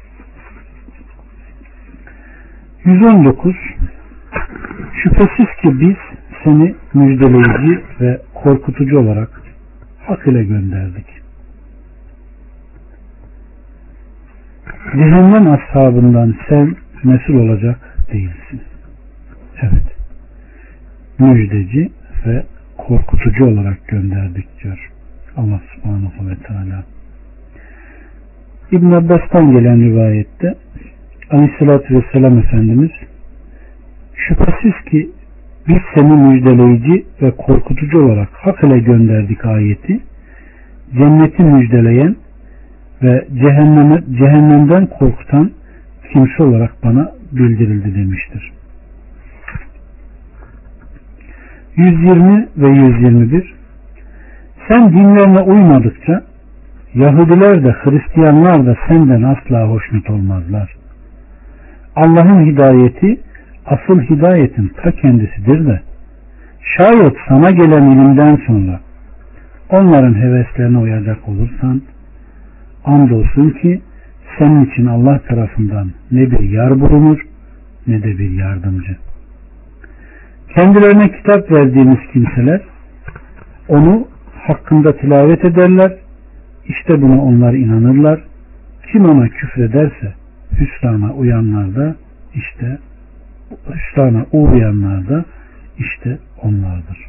119. Şüphesiz ki biz seni müjdeleyici ve korkutucu olarak hak ile gönderdik. Cehennem ashabından sen mesul olacak değilsin. Evet. Müjdeci ve korkutucu olarak gönderdik diyor Allah Subhanahu ve Teala. İbn Abbas'tan gelen rivayette Aleyhisselatü Vesselam Efendimiz şüphesiz ki biz seni müjdeleyici ve korkutucu olarak hak ile gönderdik ayeti cenneti müjdeleyen ve cehennemden korkutan kimse olarak bana bildirildi demiştir. 120 ve 121 Sen dinlerine uymadıkça Yahudiler de Hristiyanlar da senden asla hoşnut olmazlar. Allah'ın hidayeti asıl hidayetin ta kendisidir de şayet sana gelen ilimden sonra onların heveslerine uyacak olursan andolsun ki senin için Allah tarafından ne bir yar bulunur ne de bir yardımcı. Kendilerine kitap verdiğimiz kimseler onu hakkında tilavet ederler. İşte buna onlar inanırlar. Kim ona küfrederse hüsrana uğrayanlar da işte onlardır.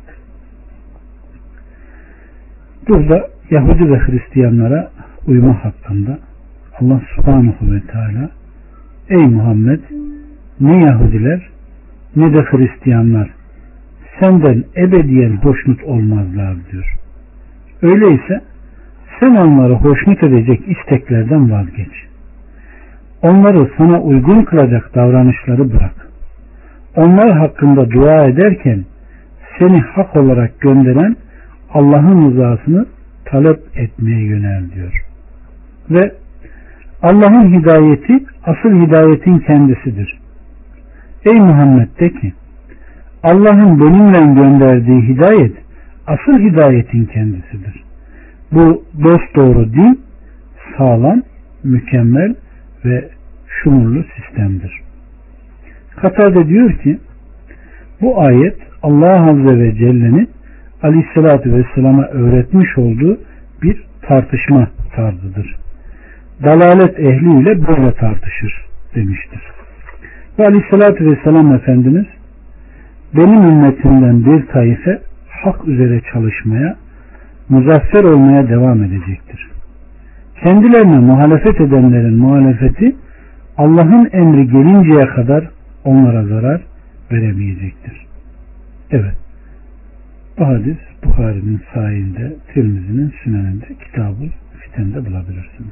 Burada Yahudi ve Hristiyanlara uyma hakkında Allah Subhanahu ve Teala ey Muhammed ne Yahudiler ne de Hristiyanlar senden ebediyen hoşnut olmazlar diyor. Öyleyse sen onları hoşnut edecek isteklerden vazgeç. Onları sana uygun kılacak davranışları bırak. Onlar hakkında dua ederken seni hak olarak gönderen Allah'ın rızasını talep etmeye yönel diyor. Ve Allah'ın hidayeti asıl hidayetin kendisidir. Ey Muhammed de ki Allah'ın benimle gönderdiği hidayet asıl hidayetin kendisidir. Bu dosdoğru din sağlam, mükemmel ve şumurlu sistemdir. Katade diyor ki bu ayet Allah Azze ve Celle'nin Aleyhisselatü Vesselam'a öğretmiş olduğu bir tartışma tarzıdır. Dalalet ehliyle böyle tartışır demiştir. Ve Aleyhisselatü Vesselam Efendimiz benim ümmetimden bir taife hak üzere çalışmaya, muzaffer olmaya devam edecektir. Kendilerine muhalefet edenlerin muhalefeti Allah'ın emri gelinceye kadar onlara zarar veremeyecektir. Evet. Bu hadis Buhari'nin sahihinde, Tirmizi'nin Sünen'inde, Kitab-ı Fiten'de bulabilirsiniz.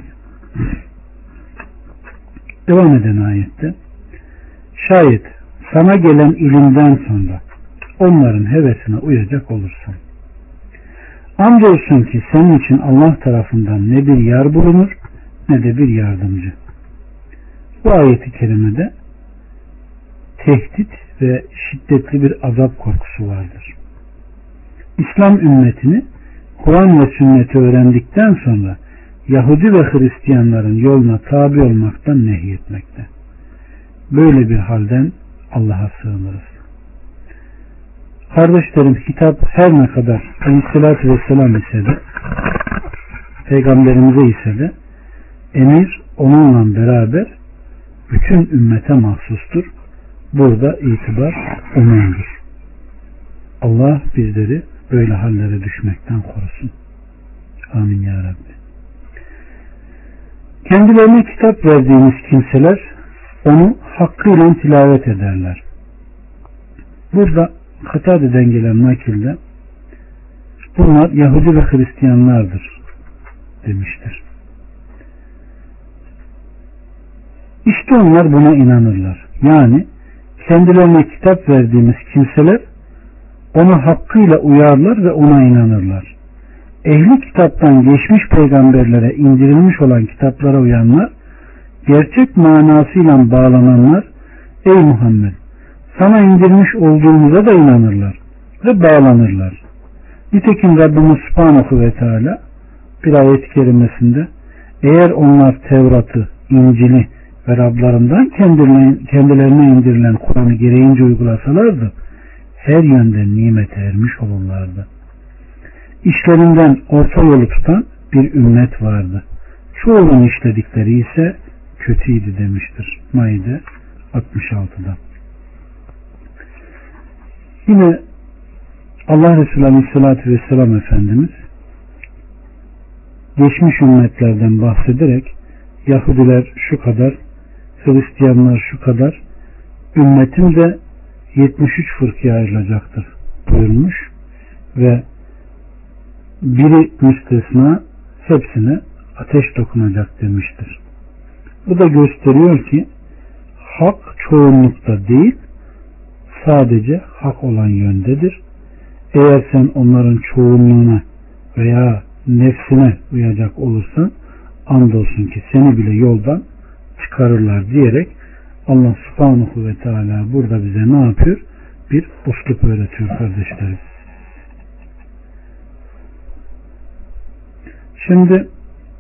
Devam eden ayette şayet sana gelen ilimden sonra onların hevesine uyacak olursan andolsun ki senin için Allah tarafından ne bir yar bulunur ne de bir yardımcı. Bu ayeti kerimede tehdit ve şiddetli bir azap korkusu vardır. İslam ümmetini Kur'an ve sünneti öğrendikten sonra Yahudi ve Hristiyanların yoluna tabi olmaktan nehyetmekte. Böyle bir halden Allah'a sığınırız. Kardeşlerim, hitap her ne kadar Aleyhisselatü Vesselam ise de Peygamberimize ise de emir onunla beraber bütün ümmete mahsustur. Burada itibar umumdur. Allah bizleri böyle hallere düşmekten korusun. Amin ya Rabbi. Kendilerine kitap verdiğimiz kimseler onu hakkıyla tilavet ederler. Burada Katade'den gelen nakilde bunlar Yahudi ve Hristiyanlardır demiştir. İşte onlar buna inanırlar. Yani kendilerine kitap verdiğimiz kimseler ona hakkıyla uyarlar ve ona inanırlar. Ehli kitaptan geçmiş peygamberlere indirilmiş olan kitaplara uyanlar, gerçek manasıyla bağlananlar, ey Muhammed, sana indirmiş olduğumuza da inanırlar ve bağlanırlar. Nitekim Rabbimiz Subhanahu ve Teala bir ayet-i kerimesinde eğer onlar Tevrat'ı, İncil'i ve Rablarından kendilerine indirilen Kur'an'ı gereğince uygulasalardı her yönden nimete ermiş olurlardı. İşlerinden orta yolu tutan bir ümmet vardı. Çoğunun işledikleri ise kötüydü demiştir. Maide 66'da. Yine Allah Resulü Aleyhisselatü Vesselam Efendimiz geçmiş ümmetlerden bahsederek Yahudiler şu kadar, Hristiyanlar şu kadar, ümmetim de 73 fırkaya ayrılacaktır buyurmuş ve biri müstesna hepsine ateş dokunacak demiştir. Bu da gösteriyor ki hak çoğunlukta değil, sadece hak olan yöndedir. Eğer sen onların çoğunluğuna veya nefsine uyacak olursan andolsun ki seni bile yoldan çıkarırlar diyerek Allah Subhanahu ve Teala burada bize ne yapıyor? Bir uslup öğretiyor kardeşlerim. Şimdi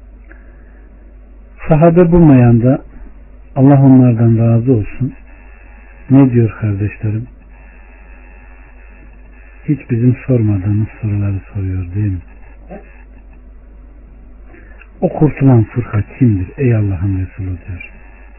sahabe bulmayan da Allah onlardan razı olsun. Ne diyor kardeşlerim? Hiç bizim sormadığımız soruları soruyor değil mi? O kurtulan fırka kimdir ey Allah'ın Resulü diyor.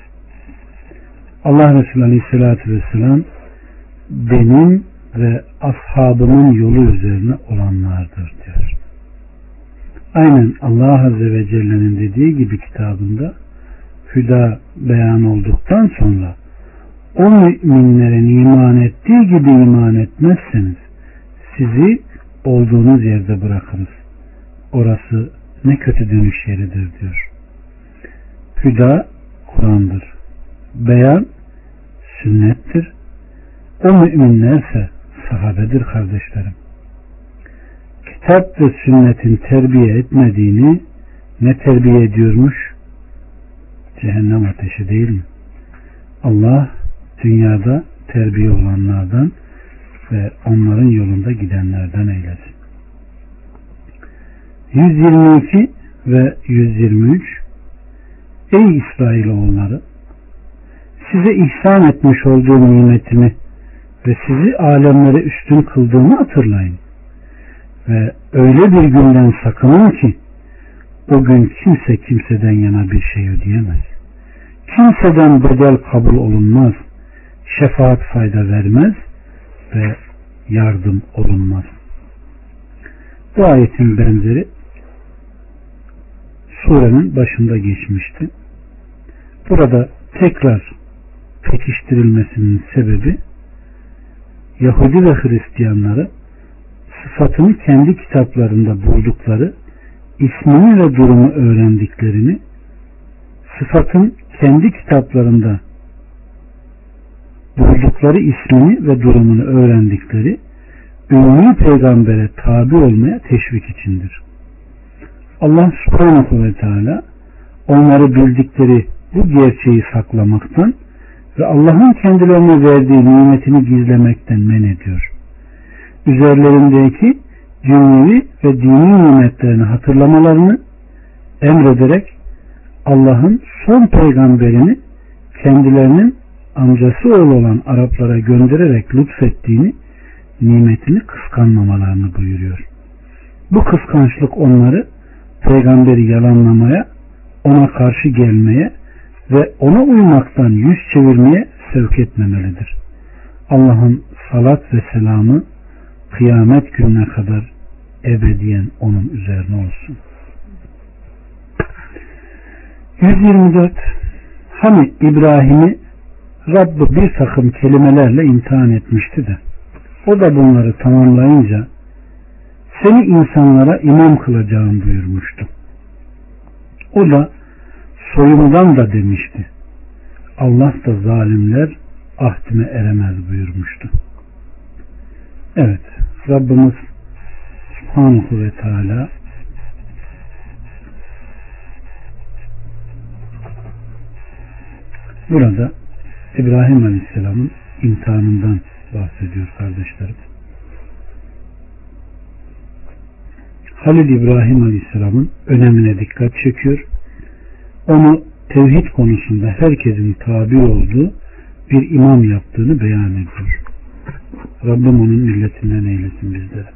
Allah Resulü Aleyhisselatü Vesselam benim ve ashabımın yolu üzerine olanlardır diyor. Aynen Allah Azze ve Celle'nin dediği gibi kitabında hüda beyan olduktan sonra o müminlerin iman ettiği gibi iman etmezseniz sizi olduğunuz yerde bırakırız. Orası ne kötü dönüş yeridir diyor. Hüda Kur'an'dır. Beyan sünnettir. O müminlerse sahabedir kardeşlerim. Kitap ve sünnetin terbiye etmediğini ne terbiye ediyormuş? Cehennem ateşi değil mi? Allah dünyada terbiye olanlardan ve onların yolunda gidenlerden eylesin. 122 ve 123 Ey İsrailoğulları, size ihsan etmiş olduğum nimetimi ve sizi alemlere üstün kıldığımı hatırlayın. Ve öyle bir günden sakının ki o gün kimse kimseden yana bir şey ödeyemez. Kimseden bedel kabul olunmaz. Şefaat fayda vermez ve yardım olunmaz. Bu ayetin benzeri surenin başında geçmişti. Burada tekrar pekiştirilmesinin sebebi Yahudi ve Hristiyanları sıfatını kendi kitaplarında buldukları, ismini ve durumu öğrendiklerini, sıfatın kendi kitaplarında buldukları ismini ve durumunu öğrendikleri ümmi peygambere tabi olmaya teşvik içindir. Allah Subhanahu ve Teala onları bildikleri bu gerçeği saklamaktan ve Allah'ın kendilerine verdiği nimetini gizlemekten men ediyor. Üzerlerindeki dünyevi ve dini nimetlerini hatırlamalarını emrederek Allah'ın son peygamberini kendilerinin amcası oğlu olan Araplara göndererek lütfettiğini, nimetini kıskanmamalarını buyuruyor. Bu kıskançlık onları peygamberi yalanlamaya, ona karşı gelmeye ve ona uymaktan yüz çevirmeye sevk etmemelidir. Allah'ın salat ve selamı kıyamet gününe kadar ebediyen onun üzerine olsun. 124. Hani İbrahim'i Rabbi bir takım kelimelerle imtihan etmişti de o da bunları tamamlayınca seni insanlara imam kılacağım buyurmuştu. O da soyumdan da demişti. Allah da zalimler ahdime eremez buyurmuştu. Evet, Rabbimiz Subhanahu ve Teala burada İbrahim Aleyhisselam'ın imtihanından bahsediyor kardeşlerim. Halil İbrahim Aleyhisselam'ın önemine dikkat çekiyor. Onu tevhid konusunda herkesin tabi olduğu bir imam yaptığını beyan ediyor. Rabbim onun milletinden eylesin bizlere.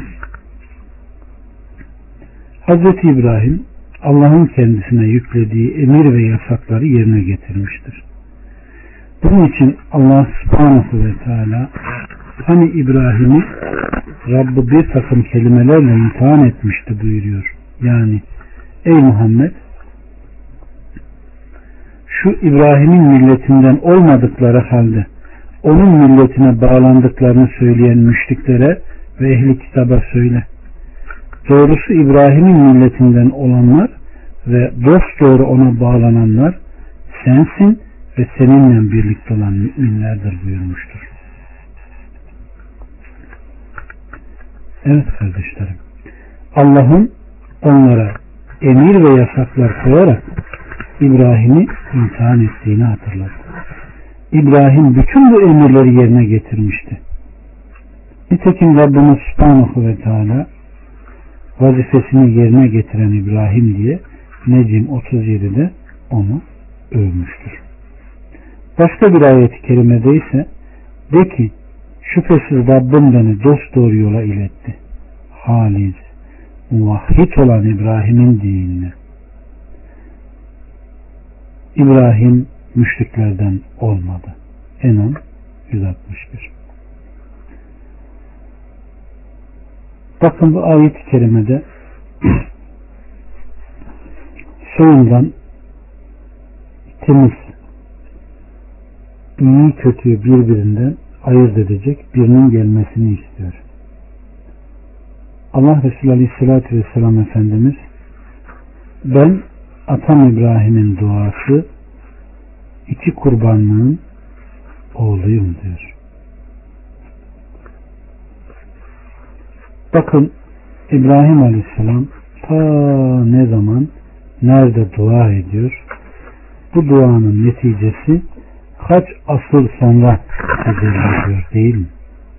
Hazreti İbrahim Allah'ın kendisine yüklediği emir ve yasakları yerine getirmiştir. Bunun için Allah Subhanahu ve Teala hani İbrahim'i Rabbi bir takım kelimelerle imtihan etmişti buyuruyor. Yani ey Muhammed, şu İbrahim'in milletinden olmadıkları halde onun milletine bağlandıklarını söyleyen müşriklere ve ehli kitaba söyle. Doğrusu İbrahim'in milletinden olanlar ve dosdoğru ona bağlananlar sensin ve seninle birlikte olan müminlerdir buyurmuştur. Evet kardeşlerim, Allah'ın onlara emir ve yasaklar koyarak İbrahim'i imtihan ettiğini hatırladı. İbrahim bütün bu emirleri yerine getirmişti. Nitekim Rabbimiz Subhanahu ve Teala vazifesini yerine getiren İbrahim diye Necm 37'de onu övmüştür. Başka bir ayet-i kerimede ise de ki şüphesiz Rabbim beni dosdoğru yola iletti. Halis, muvahhid olan İbrahim'in dinine. İbrahim müşriklerden olmadı. En'am 161. Bakın bu ayet-i kerimede soyundan temiz, iyi kötüyü birbirinden ayırt edecek birinin gelmesini istiyor. Allah Resulü Aleyhisselatü Vesselam Efendimiz ben atam İbrahim'in duası 2 kurbanlığın oğluyum diyor. Bakın İbrahim Aleyhisselam ta ne zaman nerede dua ediyor? Bu duanın neticesi kaç asır sonra tecelli ediyor değil mi?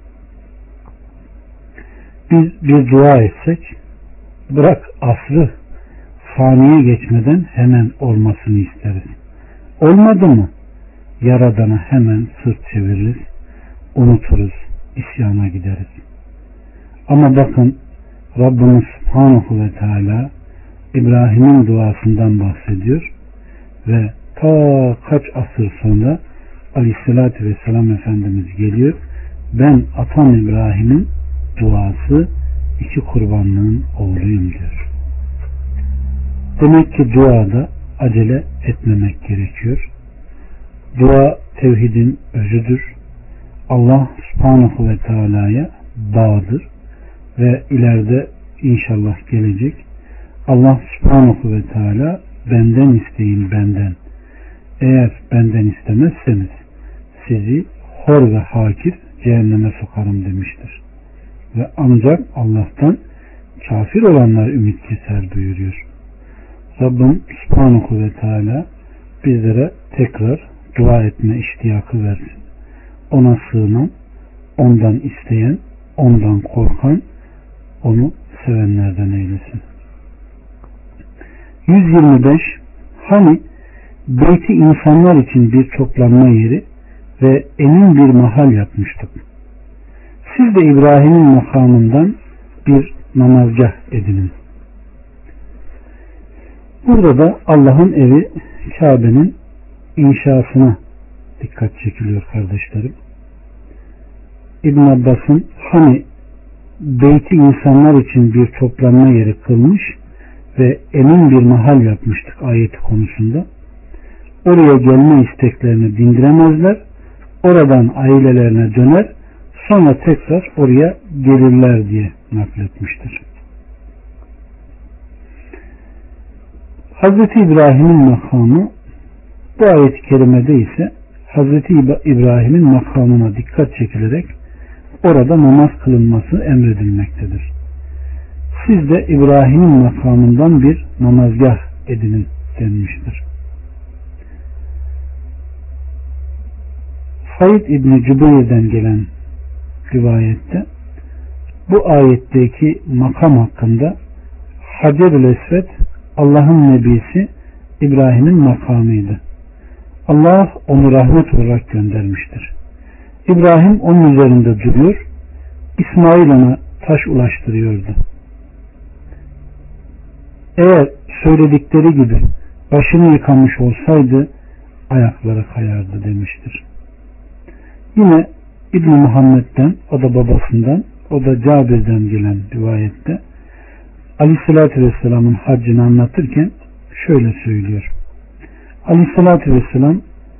Biz bir dua etsek bırak asrı saniye geçmeden hemen olmasını isteriz. Olmadı mı Yaradan'a hemen sırt çeviririz, unuturuz, isyana gideriz. Ama bakın Rabbimiz Subhanahu ve Teala İbrahim'in duasından bahsediyor ve ta kaç asır sonra Aleyhisselatü Vesselam Efendimiz geliyor. Ben atam İbrahim'in duası 2 kurbanlığın oğluyum diyor. Demek ki duada acele etmemek gerekiyor. Dua tevhidin özüdür. Allah Subhanahu ve Teala'ya bağdır ve ileride inşallah gelecek. Allah Subhanahu ve Teala benden isteyin benden. Eğer benden istemezseniz sizi hor ve hakir cehenneme sokarım demiştir. Ve ancak Allah'tan kafir olanlar ümit keser buyuruyor. Rabbim Subhanahu ve Teala bizlere tekrar dua etme iştiyakı versin. Ona sığınan, ondan isteyen, ondan korkan, onu sevenlerden eylesin. 125. Hani beyti insanlar için bir toplanma yeri ve emin bir mahal yapmıştık. Siz de İbrahim'in makamından bir namazgah edinin. Burada da Allah'ın evi Kabe'nin inşasına dikkat çekiliyor kardeşlerim. İbn Abbas'ın hani beyti insanlar için bir toplanma yeri kılmış ve emin bir mahal yapmıştık ayeti konusunda. Oraya gelme isteklerini dindiremezler. Oradan ailelerine döner, sonra tekrar oraya gelirler diye nakletmiştir. Hazreti İbrahim'in makamı, bu ayet-i kerimede ise Hazreti İbrahim'in makamına dikkat çekilerek orada namaz kılınması emredilmektedir. Siz de İbrahim'in makamından bir namazgah edinin denmiştir. Said İbni Cübeyr'den gelen rivayette bu ayetteki makam hakkında Hacer-ül Esved Allah'ın nebisi İbrahim'in makamıydı. Allah onu rahmet olarak göndermiştir. İbrahim onun üzerinde duruyor, İsmail ona taş ulaştırıyordu. Eğer söyledikleri gibi başını yıkamış olsaydı ayakları kayardı demiştir. Yine İbn Muhammed'den, o da babasından, o da Cabir'den gelen rivayette Aleyhisselatü Vesselam'ın haccını anlatırken şöyle söylüyor. Aleyhisselatü Vesselam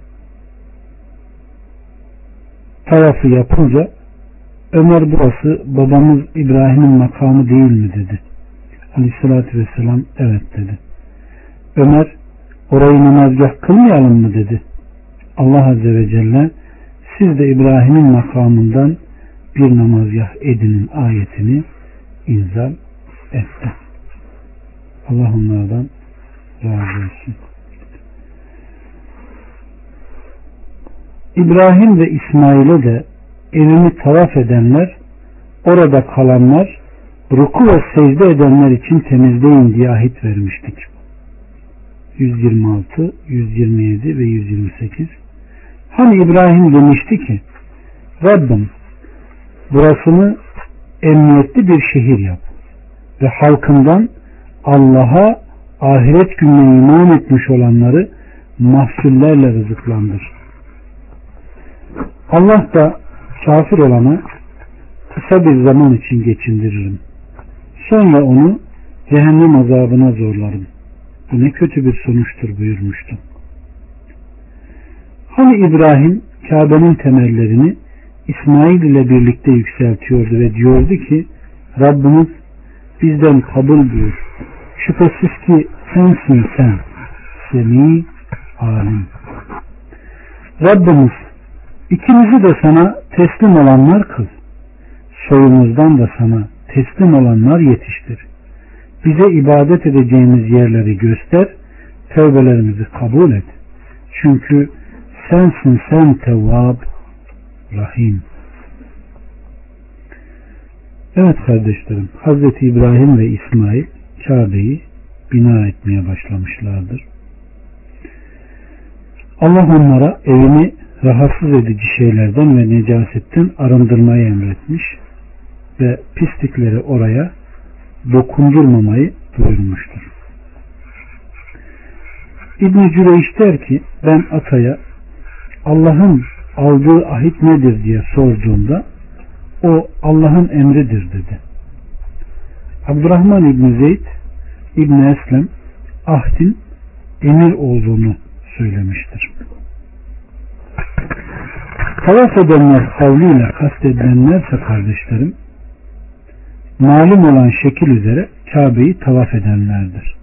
tavafı yapınca Ömer burası babamız İbrahim'in makamı değil mi dedi. Aleyhisselatü Vesselam evet dedi. Ömer orayı namazgah kılmayalım mı dedi. Allah Azze ve Celle siz de İbrahim'in makamından bir namazgah edinin ayetini inzal etti. Allah onlardan razı olsun. İbrahim ve İsmail'e de evimi tavaf edenler, orada kalanlar, ruku ve secde edenler için temizleyin diye ahit vermiştik. 126, 127 ve 128. Hani İbrahim demişti ki Rabbim burasını emniyetli bir şehir yap ve halkından Allah'a ahiret gününe iman etmiş olanları mahsullerle rızıklandır. Allah da kafir olana kısa bir zaman için geçindiririm. Sonra onu cehennem azabına zorlarım. Bu ne kötü bir sonuçtur buyurmuştu. Hani İbrahim Kabe'nin temellerini İsmail ile birlikte yükseltiyordu ve diyordu ki Rabbimiz bizden kabul buyur. Şüphesiz ki sensin sen. Semi alim. Rabbimiz ikimizi de sana teslim olanlar kıl. Soyumuzdan da sana teslim olanlar yetiştir. Bize ibadet edeceğimiz yerleri göster. Tevbelerimizi kabul et. Çünkü sensin sen Tevvab, Rahim. Evet kardeşlerim, Hazreti İbrahim ve İsmail Kabe'yi bina etmeye başlamışlardır. Allah onlara evini rahatsız edici şeylerden ve necasetten arındırmayı emretmiş ve pislikleri oraya dokundurmamayı buyurmuştur. İbn-i Cüreyş der ki ben ataya Allah'ın aldığı ahit nedir diye sorduğumda o Allah'ın emridir dedi. Abdurrahman İbn Zeyd İbn Eslem ahdin emir olduğunu söylemiştir. Tavaf edenler kavliyle kastedilenlerse kardeşlerim malum olan şekil üzere Kabe'yi tavaf edenlerdir.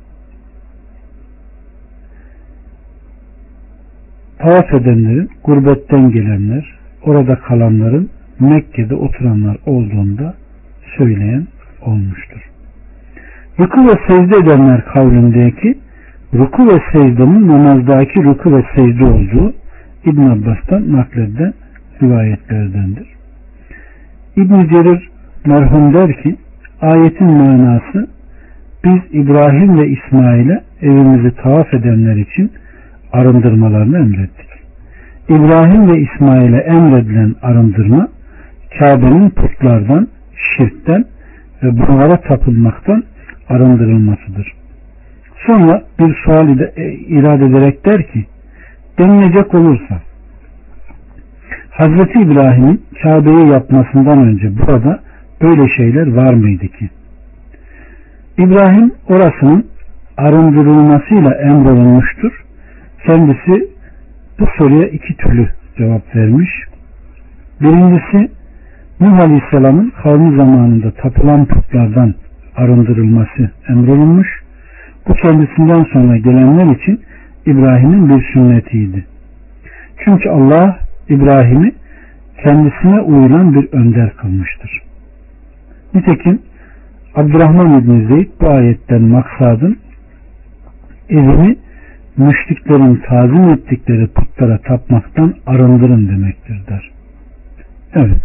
Tavaf edenlerin gurbetten gelenler, orada kalanların Mekke'de oturanlar olduğunda söyleyen olmuştur. Ruku ve secde edenler kavlindeki ruku ve secdenin namazdaki ruku ve secde olduğu İbn Abbas'tan nakledilen rivayetlerdendir. İbn Cerir merhum der ki ayetin manası biz İbrahim ve İsmail'e evimizi tavaf edenler için arındırmalarını emrettik. İbrahim ve İsmail'e emredilen arındırma Kabe'nin putlardan, şirkten ve bunlara tapılmaktan arındırılmasıdır. Sonra bir sual irade ederek der ki denilecek olursa Hazreti İbrahim'in Kabe'yi yapmasından önce burada böyle şeyler var mıydı ki? İbrahim orasının arındırılmasıyla emrolunmuştur. Kendisi bu soruya iki türlü cevap vermiş. Birincisi, Nuh Aleyhisselam'ın kavmi zamanında tapılan putlardan arındırılması emrolunmuş. Bu kendisinden sonra gelenler için İbrahim'in bir sünnetiydi. Çünkü Allah İbrahim'i kendisine uyulan bir önder kılmıştır. Nitekim Abdurrahman İbni Zeyd bu ayetten maksadın evini müşriklerin tazim ettikleri putlara tapmaktan arındırın demektir der. Evet.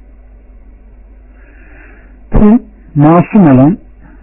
Bu masum olan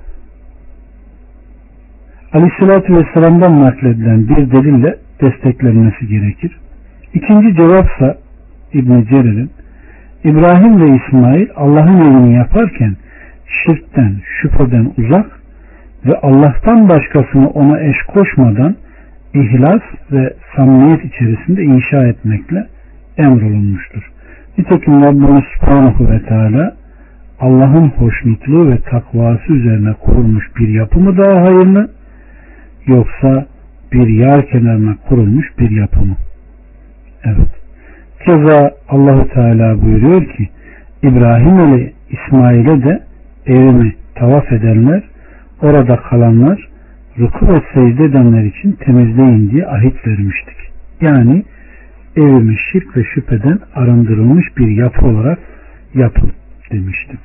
Aleyhisselatü Vesselam'dan nakledilen bir delille desteklenmesi gerekir. İkinci cevapsa İbn-i Cerir'in İbrahim ve İsmail Allah'ın evini yaparken şirkten, şüpheden uzak ve Allah'tan başkasını ona eş koşmadan ihlas ve samimiyet içerisinde inşa etmekle emrolunmuştur. Nitekim Rabbimiz Subhanahu ve Teala Allah'ın hoşnutluğu ve takvası üzerine kurulmuş bir yapı mı daha hayırlı, yoksa bir yar kenarına kurulmuş bir yapı mı? Evet. Keza Allah-u Teala buyuruyor ki İbrahim ile İsmail'e de evimi tavaf edenler, orada kalanlar, ruku ve secde edenler için temizleyin diye ahit vermiştik. Yani evimi şirk ve şüpheden arındırılmış bir yapı olarak yapın demiştim.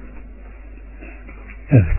Evet.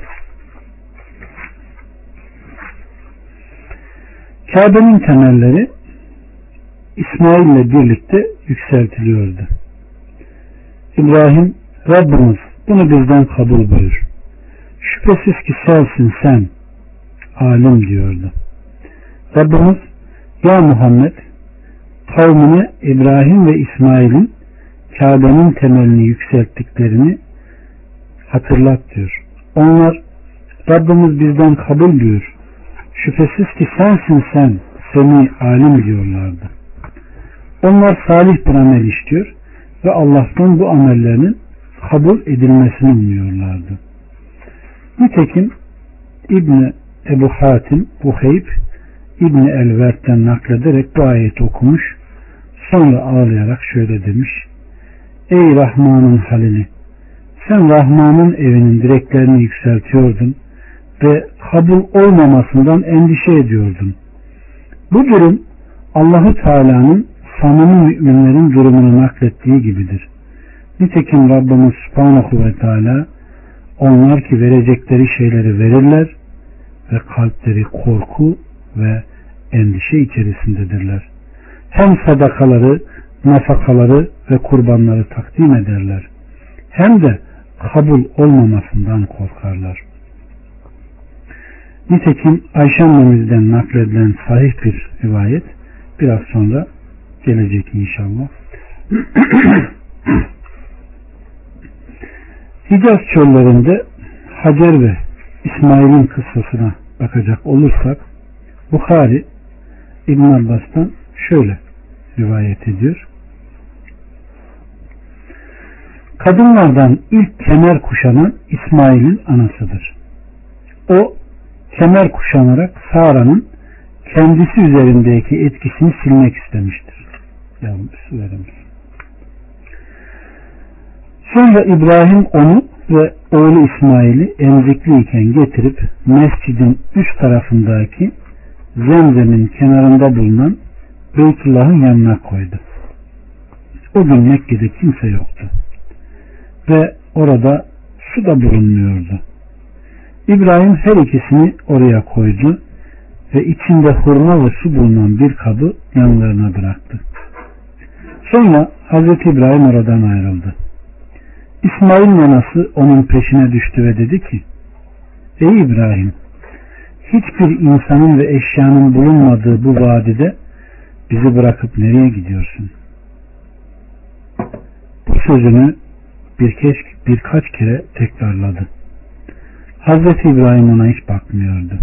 Kabe'nin temelleri İsmail ile birlikte yükseltiliyordu. İbrahim, Rabbimiz bunu bizden kabul buyur. Şüphesiz ki sensin sen, alim diyordu. Rabbimiz, ya Muhammed, kavmine İbrahim ve İsmail'in Kabe'nin temelini yükselttiklerini hatırlat diyor. Onlar, Rabbimiz bizden kabul buyur. Şüphesiz ki sensin sen, seni alim diyorlardı. Onlar salih bir amel işliyor ve Allah'tan bu amellerinin kabul edilmesini umuyorlardı. Nitekim İbni Ebu Hatim Buheyb İbni Elvert'ten naklederek bu ayeti okumuş, sonra ağlayarak şöyle demiş: Ey Rahman'ın halini, sen Rahman'ın evinin direklerini yükseltiyordun ve kabul olmamasından endişe ediyordun. Bu durum Allah-u Teala'nın samimi müminlerin durumunu naklettiği gibidir. Nitekim Rabbimiz Subhanahu ve Teala onlar ki verecekleri şeyleri verirler ve kalpleri korku ve endişe içerisindedirler. Hem sadakaları, nafakaları ve kurbanları takdim ederler. Hem de kabul olmamasından korkarlar. Nitekim Ayşe annemizden nakledilen sahih bir rivayet biraz sonra gelecek inşallah. Hicaz çöllerinde Hacer ve İsmail'in kıssasına bakacak olursak Bukhari İbn Abbas'tan şöyle rivayet ediyor. Kadınlardan ilk kemer kuşanan İsmail'in anasıdır. O kemer kuşanarak Sara'nın kendisi üzerindeki etkisini silmek istemiştir. Yavrum su verin. Sonra İbrahim onu ve oğlu İsmail'i emzikliyken getirip mescidin üst tarafındaki Zemzem'in kenarında bulunan Beytullah'ın yanına koydu. O gün Mekke'de kimse yoktu. Ve orada su da bulunmuyordu. İbrahim her ikisini oraya koydu ve içinde hurma ve su bulunan bir kabı yanlarına bıraktı. Sonra Hazreti İbrahim oradan ayrıldı. İsmail'in anası onun peşine düştü ve dedi ki: Ey İbrahim, hiçbir insanın ve eşyanın bulunmadığı bu vadide bizi bırakıp nereye gidiyorsun? Bu sözünü birkaç kere tekrarladı. Hazreti İbrahim ona hiç bakmıyordu.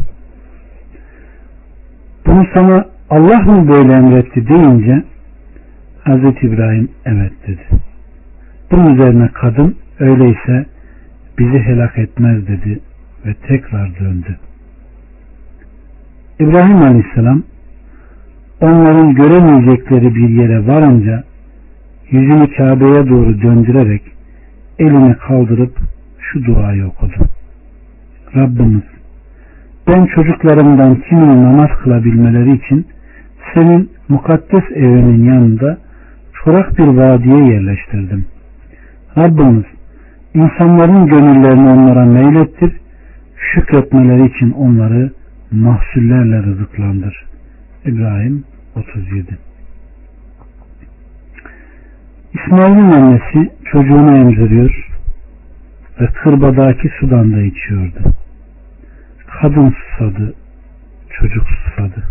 Bunu sana Allah mı böyle emretti deyince Hazreti İbrahim evet dedi. Bunun üzerine kadın öyleyse bizi helak etmez dedi ve tekrar döndü. İbrahim Aleyhisselam onların göremeyecekleri bir yere varınca yüzünü Kabe'ye doğru döndürerek elini kaldırıp şu duayı okudu. Rabbimiz, ben çocuklarımdan kimini namaz kılabilmeleri için senin mukaddes evinin yanında çorak bir vadiye yerleştirdim. Rabbimiz, insanların gönüllerini onlara meylettir, şükretmeleri için onları mahsullerle rızıklandır. İbrahim 37. İsmail'in annesi çocuğunu emziriyor ve kırbadaki sudan da içiyordu. Kadın susadı, çocuk susadı.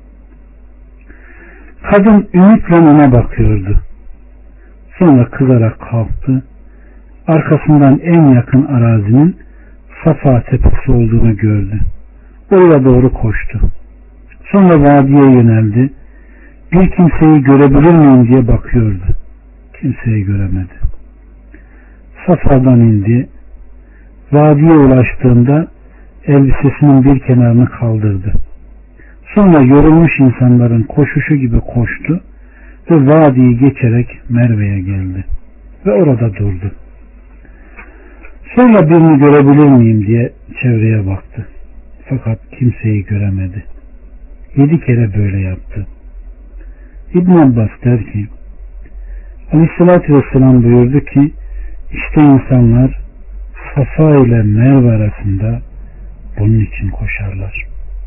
Kadın ümitle ona bakıyordu. Sonra kızarak kalktı. Arkasından en yakın arazinin Safa tepesi olduğunu gördü. Oraya doğru koştu. Sonra vadiye yöneldi. Bir kimseyi görebilir miyim diye bakıyordu. Kimseyi göremedi. Safa'dan indi. Vadiye ulaştığında elbisesinin bir kenarını kaldırdı. Sonra yorulmuş insanların koşuşu gibi koştu ve vadiyi geçerek Merve'ye geldi ve orada durdu. Sonra birini görebilir miyim diye çevreye baktı. Fakat kimseyi göremedi. 7 kere böyle yaptı. İbn Abbas der ki, Aleyhisselatü Vesselam buyurdu ki, işte insanlar Safa ile Merve arasında bunun için koşarlar.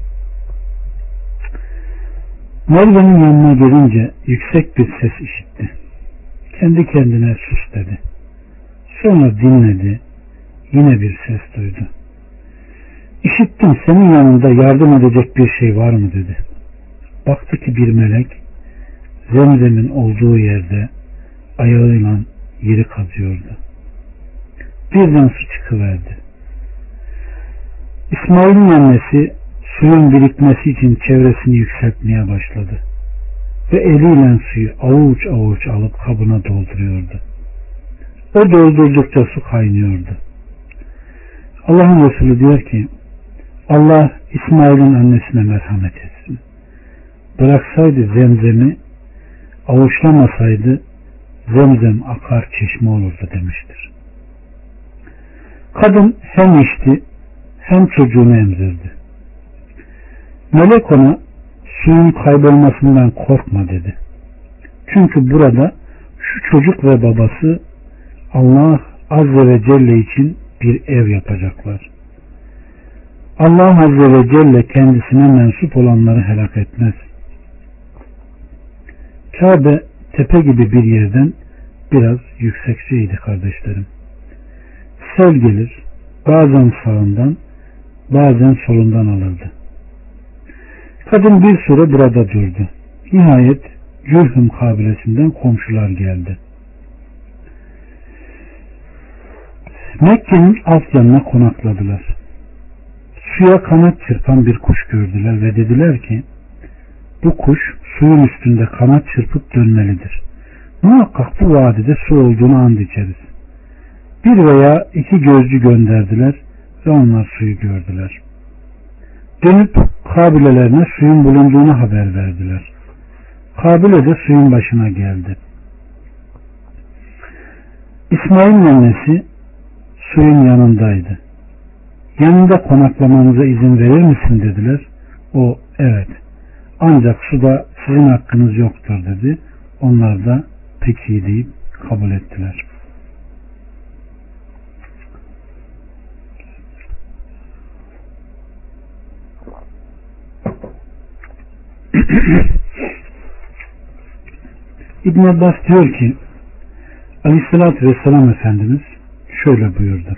Merve'nin yanına gelince yüksek bir ses işitti. Kendi kendine sus dedi. Sonra dinledi. Yine bir ses duydu. İşittim, senin yanında yardım edecek bir şey var mı dedi. Baktı ki bir melek Zemzem'in olduğu yerde ayağıyla yeri kazıyordu. Birden su çıkıverdi. İsmail'in annesi suyun birikmesi için çevresini yükseltmeye başladı. Ve eliyle suyu avuç avuç alıp kabına dolduruyordu. O doldurdukça su kaynıyordu. Allah'ın Resulü diyor ki, Allah İsmail'in annesine merhamet etsin. Bıraksaydı Zemzem'i, avuçlamasaydı Zemzem akar çeşme olurdu demiştir. Kadın hem içti hem çocuğunu emzirdi. Melek ona suyun kaybolmasından korkma dedi. Çünkü burada şu çocuk ve babası Allah Azze ve Celle için bir ev yapacaklar. Allah Azze ve Celle kendisine mensup olanları helak etmez. Kabe tepe gibi bir yerden biraz yüksekçeydi kardeşlerim. Sel gelir, bazen sağından, bazen solundan alırdı. Kadın bir süre burada durdu. Nihayet Cürhüm kabilesinden komşular geldi. Mekke'nin alt yanına konakladılar. Suya kanat çırpan bir kuş gördüler ve dediler ki, bu kuş suyun üstünde kanat çırpıp dönmelidir. Muhakkak bu vadide su olduğunu and içeriz. Bir veya 2 gözcü gönderdiler ve onlar suyu gördüler. Dönüp kabilelerine suyun bulunduğunu haber verdiler. Kabile de suyun başına geldi. İsmail'in annesi suyun yanındaydı. Yanında konaklamamıza izin verir misin dediler. O evet, ancak suda sizin hakkınız yoktur dedi. Onlar da peki deyip kabul ettiler. İbn Abbas diyor ki, Aleyhisselatü Vesselam Efendimiz şöyle buyurdu.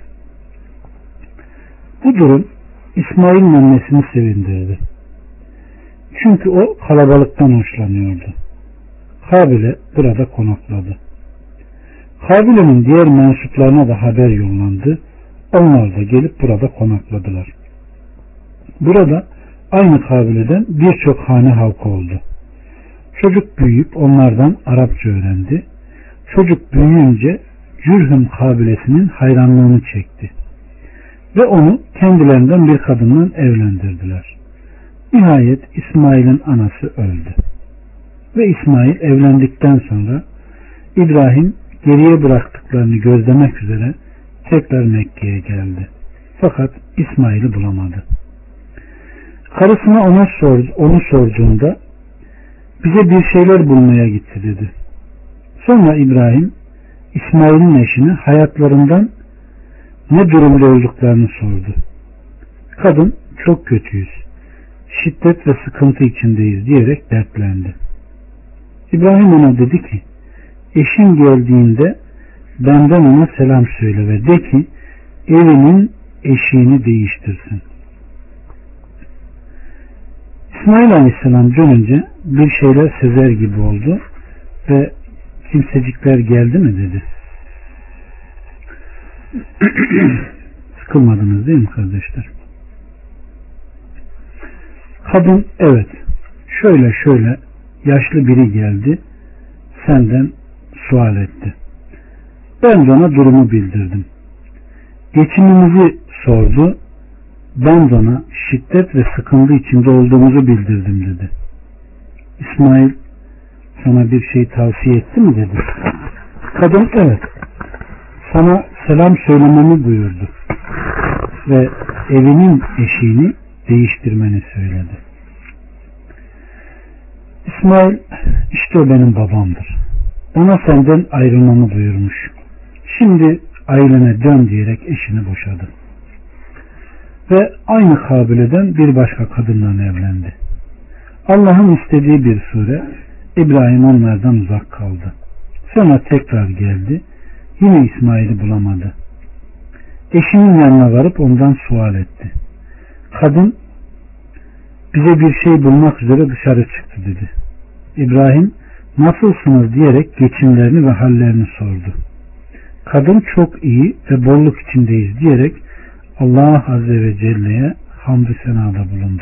Bu durum İsmail'in annesini sevindirdi. Çünkü o kalabalıktan hoşlanıyordu. Kabile burada konakladı. Kabilenin diğer mensuplarına da haber yollandı. Onlar da gelip burada konakladılar. Burada aynı kabileden birçok hane halkı oldu. Çocuk büyüyüp onlardan Arapça öğrendi. Çocuk büyüyünce Cürhüm kabilesinin hayranlığını çekti. ve onu kendilerinden bir kadından evlendirdiler. Nihayet İsmail'in anası öldü. Ve İsmail evlendikten sonra İbrahim geriye bıraktıklarını gözlemek üzere tekrar Mekke'ye geldi. Fakat İsmail'i bulamadı. Karısına onu sorduğunda bize bir şeyler bulmaya gitti dedi. Sonra İbrahim İsmail'in eşine hayatlarından ne durumda olduklarını sordu. Kadın çok kötüyüz, şiddet ve sıkıntı içindeyiz diyerek dertlendi. İbrahim ona dedi ki eşin geldiğinde benden ona selam söyle ve de ki evinin eşiğini değiştirsin. İsmail Aleyhisselam dönünce bir şeyler sezer gibi oldu ve kimsecikler geldi mi dedi. Sıkılmadınız değil mi kardeşler? Kadın evet şöyle yaşlı biri geldi senden sual etti. Ben de ona durumu bildirdim. Geçimimizi sordu. Ben de ona şiddet ve sıkıntı içinde olduğumuzu bildirdim dedi. İsmail sana bir şey tavsiye etti mi dedi. Kadın evet sana selam söylememi buyurdu ve evinin eşiğini değiştirmeni söyledi. İsmail işte o benim babamdır. Ona senden ayrılmamı buyurmuş. Şimdi ailene dön diyerek eşini boşadı. Ve aynı kabileden bir başka kadınla evlendi. Allah'ın istediği bir sure İbrahim onlardan uzak kaldı. Sonra tekrar geldi. Yine İsmail'i bulamadı. Eşinin yanına varıp ondan sual etti. Kadın bize bir şey bulmak üzere dışarı çıktı dedi. İbrahim nasılsınız diyerek geçimlerini ve hallerini sordu. Kadın çok iyi ve bolluk içindeyiz diyerek Allah Azze ve Celle'ye hamdü senada bulundu.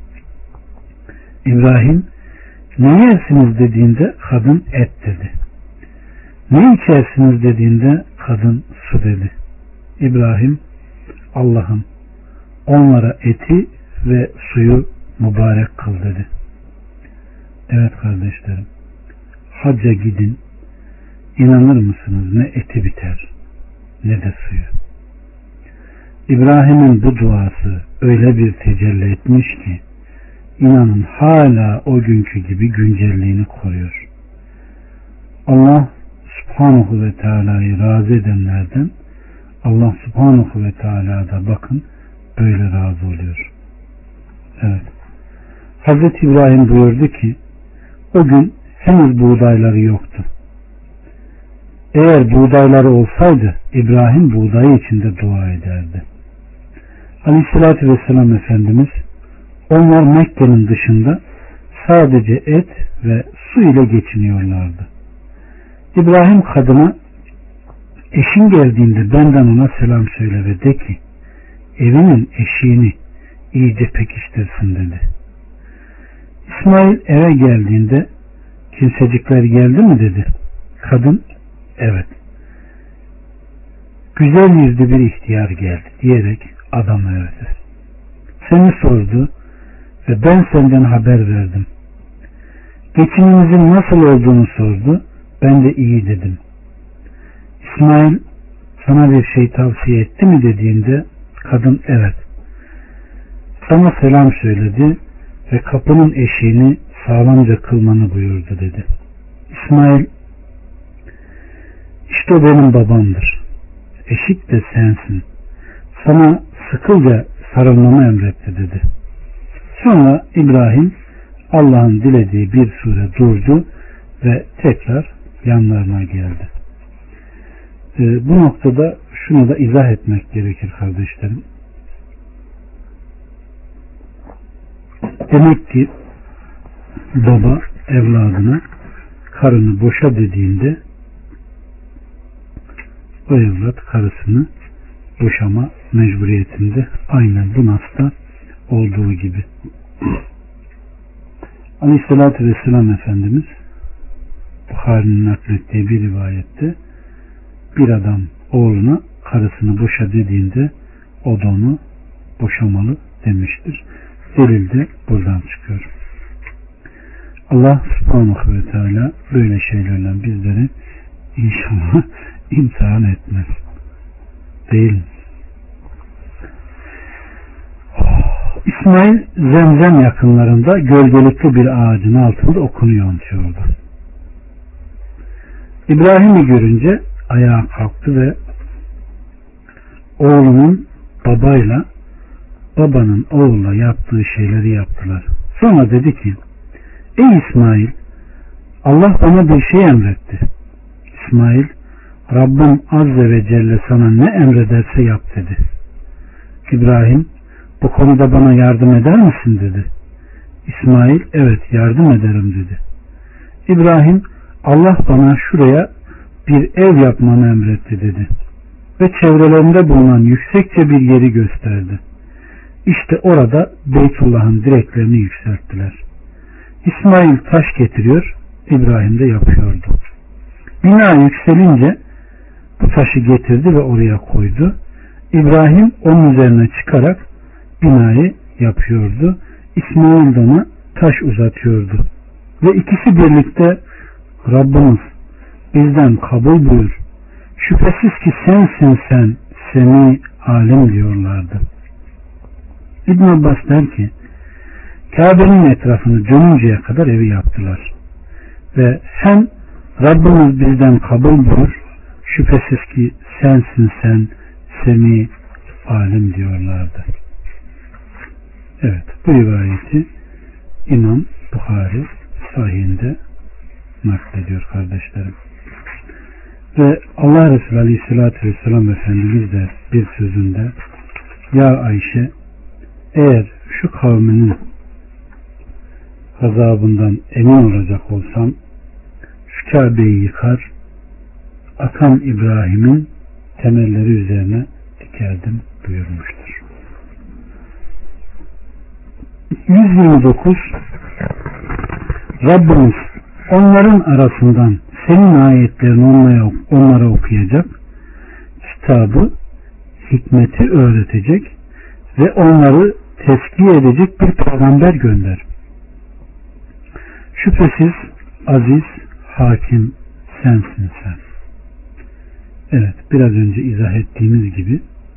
İbrahim ne yersiniz dediğinde kadın et dedi. Ne içersiniz dediğinde kadın su dedi. İbrahim Allah'ım onlara eti ve suyu mübarek kıl dedi. Evet kardeşlerim, hacca gidin, inanır mısınız ne eti biter ne de suyu. İbrahim'in bu duası öyle bir tecelli etmiş ki inanın hala o günkü gibi güncelliğini koruyor. Allah Subhanahu ve Teala'yı razı edenlerden Allah Subhanahu ve Teala da bakın böyle razı oluyor. Evet. Hazreti İbrahim buyurdu ki o gün henüz buğdayları yoktu. Eğer buğdayları olsaydı İbrahim buğdayı içinde dua ederdi. Aleyhissalatü vesselam Efendimiz onlar Mekke'nin dışında sadece et ve su ile geçiniyorlardı. İbrahim kadına eşin geldiğinde benden ona selam söyle ve de ki evinin eşiğini iyice pekiştirsin dedi. İsmail eve geldiğinde kimsecikler geldi mi dedi. Kadın evet. Güzel yüzlü bir ihtiyar geldi diyerek adamı övdü. Seni sordu ve ben senden haber verdim. Geçimimizin nasıl olduğunu sordu. Ben de iyi dedim. İsmail sana bir şey tavsiye etti mi dediğinde kadın evet. Sana selam söyledi ve kapının eşiğini sağlamca kılmanı buyurdu dedi. İsmail işte o benim babamdır. Eşik de sensin. Sana sıkıca sarılmamı emretti dedi. Sonra İbrahim Allah'ın dilediği bir süre durdu ve tekrar yanlarına geldi. Bu noktada şunu da izah etmek gerekir kardeşlerim. Demek ki baba evladına karını boşa dediğinde o evlat karısını boşama mecburiyetinde aynen bu nasta olduğu gibi. Aleyhissalatü vesselam Efendimiz Bukhari'nin naklettiği bir rivayette bir adam oğluna karısını boşa dediğinde o da onu boşamalı demiştir. Delil de buradan çıkıyor. Allah subhanahu ve teala böyle şeylerle bizleri inşallah imtihan etmez. Değil mi? İsmail Zemzem yakınlarında gölgelikli bir ağacın altında okunu yontuyordu. İbrahim'i görünce ayağa kalktı ve oğlunun babayla babanın oğula yaptığı şeyleri yaptılar. Sonra dedi ki: Ey İsmail, Allah bana bir şey emretti. İsmail, Rabbim Azze ve Celle sana ne emrederse yap dedi. İbrahim, bu konuda bana yardım eder misin dedi. İsmail, evet yardım ederim dedi. İbrahim, Allah bana şuraya bir ev yapmanı emretti dedi. Ve çevrelerinde bulunan yüksekçe bir yeri gösterdi. İşte orada Beytullah'ın direklerini yükselttiler. İsmail taş getiriyor, İbrahim de yapıyordu. Bina yükselince bu taşı getirdi ve oraya koydu. İbrahim onun üzerine çıkarak binayı yapıyordu. İsmail de ona taş uzatıyordu. Ve ikisi birlikte Rabbimiz bizden kabul buyur. Şüphesiz ki sensin sen, semi alim diyorlardı. İbn Abbas der ki, Kabe'nin etrafını dönünceye kadar evi yaptılar. Ve hem Rabbimiz bizden kabul buyur, şüphesiz ki sensin sen, semi alim diyorlardı. Evet, bu rivayeti İmam Buhari sahihinde naklediyor kardeşlerim. Ve Allah Resulü Aleyhisselatü Vesselam Efendimiz de bir sözünde, ya Ayşe, eğer şu kavminin azabından emin olacak olsam şu Kabe'yi yıkar, atam İbrahim'in temelleri üzerine dikerdim buyurmuştur. 129 Rabbimiz onların arasından senin ayetlerini onlara okuyacak, kitabı, hikmeti öğretecek ve onları teskiye edecek bir peygamber gönder. Şüphesiz aziz, hakim sensin sen. Evet, biraz önce izah ettiğimiz gibi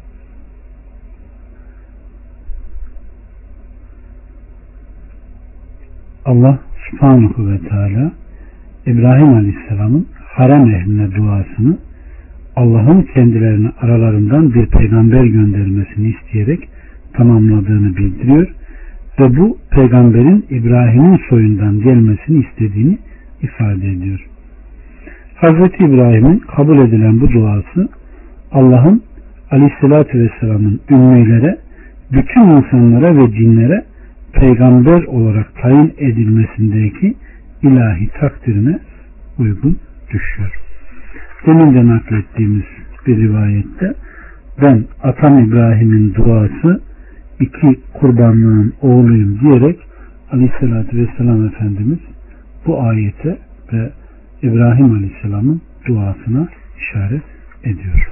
Allah Subhanahu ve Teala İbrahim Aleyhisselam'ın harem ehline duasını Allah'ın kendilerine aralarından bir peygamber göndermesini isteyerek tamamladığını bildiriyor ve bu peygamberin İbrahim'in soyundan gelmesini istediğini ifade ediyor. Hazreti İbrahim'in kabul edilen bu duası Allah'ın Aleyhisselatü Vesselam'ın ümmilere, bütün insanlara ve cinlere peygamber olarak tayin edilmesindeki ilahi takdirine uygun düşüyor. Demin de naklettiğimiz bir rivayette ben atam İbrahim'in duası 2 kurbanlığın oğluyum diyerek Aleyhisselatü Vesselam Efendimiz bu ayete ve İbrahim Aleyhisselam'ın duasına işaret ediyor.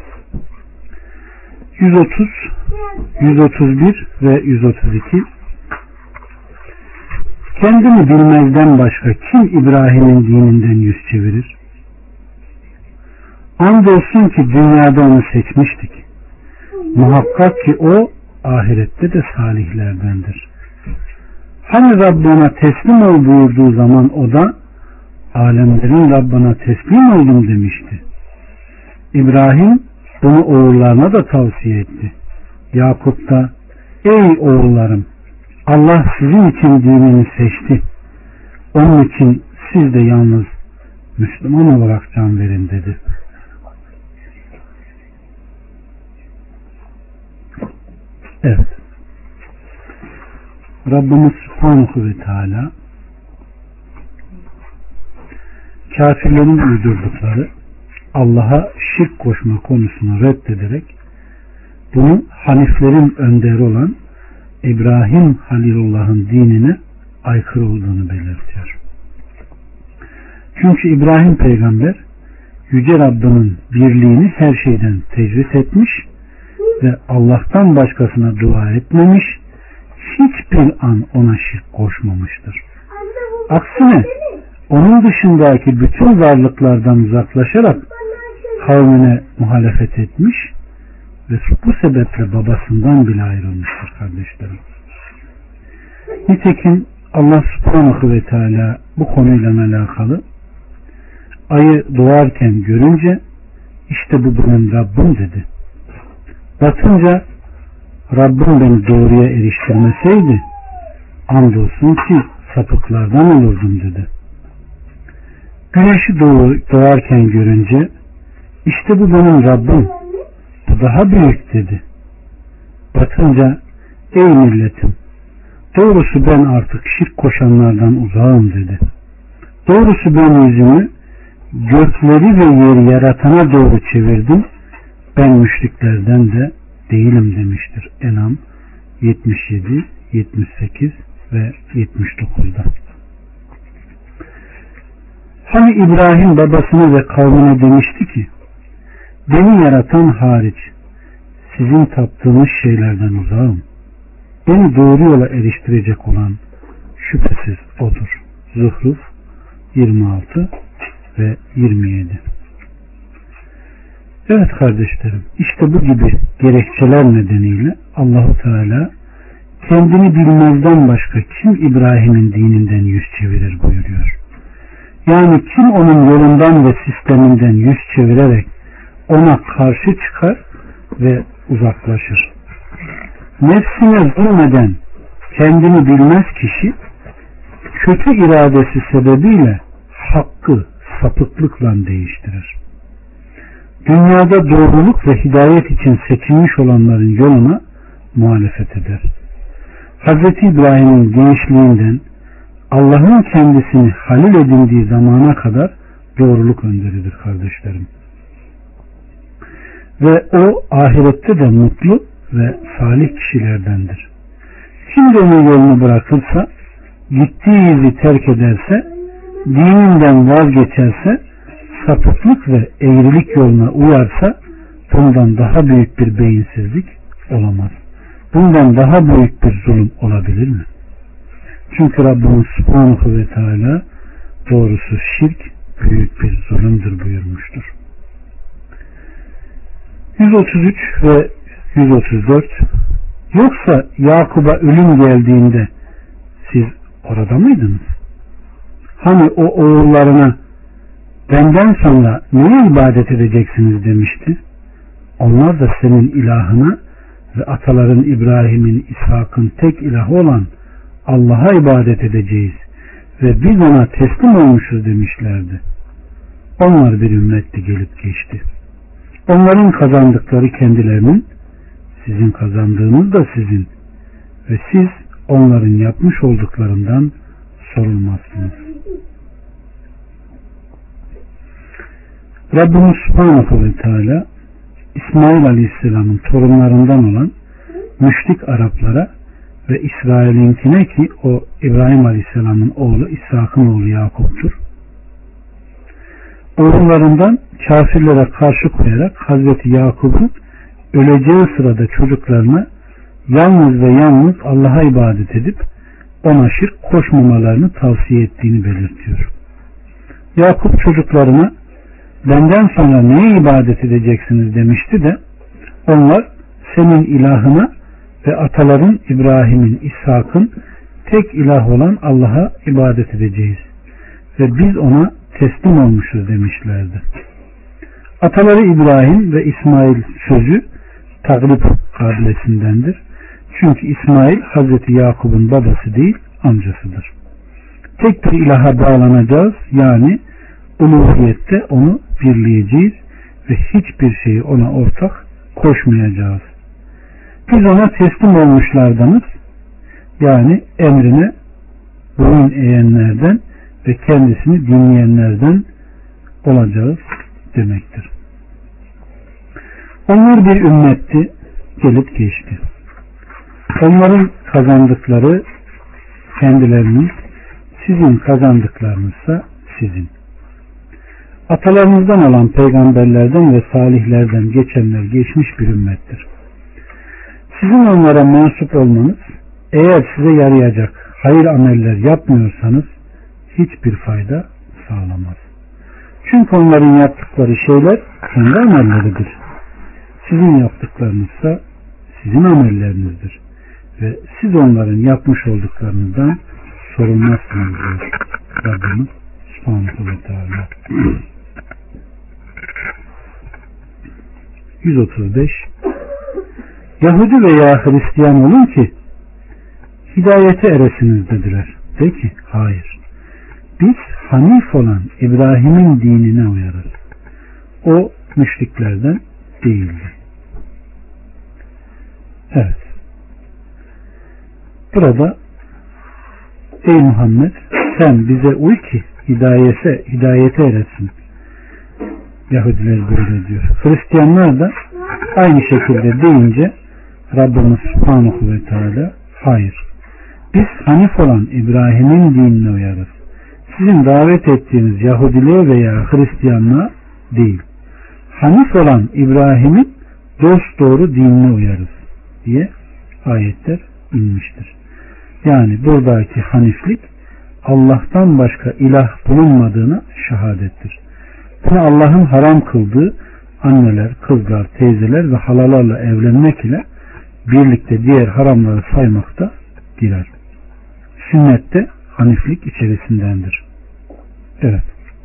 130, 131 ve 132 kendini bilmezden başka kim İbrahim'in dininden yüz çevirir? Andolsun ki dünyada onu seçmiştik. Muhakkak ki o ahirette de salihlerdendir. Hani Rabbına teslim ol buyurduğu zaman o da alemlerin Rabbına teslim oldum demişti. İbrahim bunu oğullarına da tavsiye etti. Yakup da ey oğullarım, Allah sizin için dinini seçti. Onun için siz de yalnız Müslüman olarak can verin dedi. Evet. Rabbimiz Subhanahu ve Teala kafirlerin uydurdukları Allah'a şirk koşma konusunu reddederek bunu Haniflerin önderi olan İbrahim Halilullah'ın dinine aykırı olduğunu belirtiyor. Çünkü İbrahim peygamber Yüce Rabbinin birliğini her şeyden tecrit etmiş ve Allah'tan başkasına dua etmemiş, hiçbir an ona şirk koşmamıştır. Aksine onun dışındaki bütün varlıklardan uzaklaşarak kavmine muhalefet etmiş ve bu sebeple babasından bile ayrılmıştır kardeşlerim. Nitekim Allah subhanahu ve teala bu konuyla alakalı ayı doğarken görünce işte bu benim Rabbim dedi. Batınca Rabbim beni doğruya eriştirmeseydi andolsun ki sapıklardan olurdum dedi. Güneşi doğarken görünce işte bu benim Rabbim, bu daha büyük dedi. Batınca ey milletim, doğrusu ben artık şirk koşanlardan uzağım dedi. Doğrusu ben yüzümü gökleri ve yeri yaratana doğru çevirdim. Ben müşriklerden de değilim demiştir. En'am 77, 78 ve 79'da. Hani İbrahim babasına ve kavmine demişti ki, beni yaratan hariç sizin taptığınız şeylerden uzağım. Beni doğru yola eriştirecek olan şüphesiz odur. Zuhruf 26 ve 27. Evet kardeşlerim, işte bu gibi gerekçeler nedeniyle Allahu Teala kendini bilmezden başka kim İbrahim'in dininden yüz çevirir buyuruyor. Yani kim onun yolundan ve sisteminden yüz çevirerek ona karşı çıkar ve uzaklaşır. Nefsine zulmeden kendini bilmez kişi kötü iradesi sebebiyle hakkı sapıklıkla değiştirir. Dünyada doğruluk ve hidayet için seçilmiş olanların yoluna muhalefet eder. Hz. İbrahim'in gençliğinden Allah'ın kendisini halil edindiği zamana kadar doğruluk önderidir kardeşlerim. Ve o ahirette de mutlu ve salih kişilerdendir. Kim de onun yolunu bırakırsa, gittiği izi terk ederse, dininden vazgeçerse, sapıklık ve eğrilik yoluna uyarsa, bundan daha büyük bir beyinsizlik olamaz. Bundan daha büyük bir zulüm olabilir mi? Çünkü Rabbimiz Subhanahu ve Teala doğrusu şirk büyük bir zulümdür buyurmuştur. 133 ve 134. Yoksa Yakub'a ölüm geldiğinde siz orada mıydınız? Hani o oğullarına benden sonra neye ibadet edeceksiniz demişti. Onlar da senin ilahına ve ataların İbrahim'in, İshak'ın tek ilahı olan Allah'a ibadet edeceğiz ve biz ona teslim olmuşuz demişlerdi. Onlar bir ümmetti gelip geçti. Onların kazandıkları kendilerinin, sizin kazandığınız da sizin ve siz onların yapmış olduklarından sorulmazsınız. Rabbimiz Subhanahu ve Teala İsmail Aleyhisselam'ın torunlarından olan müşrik Araplara ve İsrail'inkine ki o İbrahim Aleyhisselam'ın oğlu İshak'ın oğlu Yakup'tur. Oğullarından kafirlere karşı koyarak Hazreti Yakup'un öleceği sırada çocuklarına yalnız ve yalnız Allah'a ibadet edip ona şirk koşmamalarını tavsiye ettiğini belirtiyor. Yakup çocuklarına benden sonra neye ibadet edeceksiniz demişti de onlar senin ilahına ve ataların İbrahim'in, İshak'ın tek ilah olan Allah'a ibadet edeceğiz ve biz ona teslim olmuşuz demişlerdi. Ataları İbrahim ve İsmail sözü Taglib kabilesindendir. Çünkü İsmail Hazreti Yakup'un babası değil amcasıdır. Tek bir ilaha bağlanacağız, yani uluhiyette onu birleyeceğiz ve hiçbir şeyi ona ortak koşmayacağız. Biz ona teslim olmuşlardanız, yani emrine boyun eğenlerden ve kendisini dinleyenlerden olacağız demektir. Onlar bir ümmetti, gelip geçti. Onların kazandıkları kendilerinin, sizin kazandıklarınızsa sizin. Atalarınızdan olan peygamberlerden ve salihlerden geçenler geçmiş bir ümmettir. Sizin onlara mensup olmanız eğer size yarayacak hayır ameller yapmıyorsanız hiçbir fayda sağlamaz. Çünkü onların yaptıkları şeyler kendi amelleridir. Sizin yaptıklarınızsa sizin amellerinizdir. Ve siz onların yapmış olduklarınızdan sorulmazsınız diyor Rabbimiz Subhanahu ve Teala. 135 Yahudi veya Hristiyan olun ki hidayete eresiniz dediler. De ki hayır. Biz Hanif olan İbrahim'in dinine uyarız. O müşriklerden değildi. Evet. Burada ey Muhammed sen bize uy ki hidayete eresin. Yahudiler böyle diyor. Hristiyanlar da aynı şekilde deyince Rabbimiz Subhanahu ve Teala hayır. Biz Hanif olan İbrahim'in dinine uyarız. Sizin davet ettiğiniz Yahudiliğe veya Hristiyanlığa değil. Hanif olan İbrahim'in dosdoğru dinine uyarız diye ayetler inmiştir. Yani buradaki haniflik Allah'tan başka ilah bulunmadığına şehadettir. Bunu Allah'ın haram kıldığı anneler, kızlar, teyzeler ve halalarla evlenmek ile birlikte diğer haramları saymakta girer. Sünnette haniflik içerisindendir. Evet.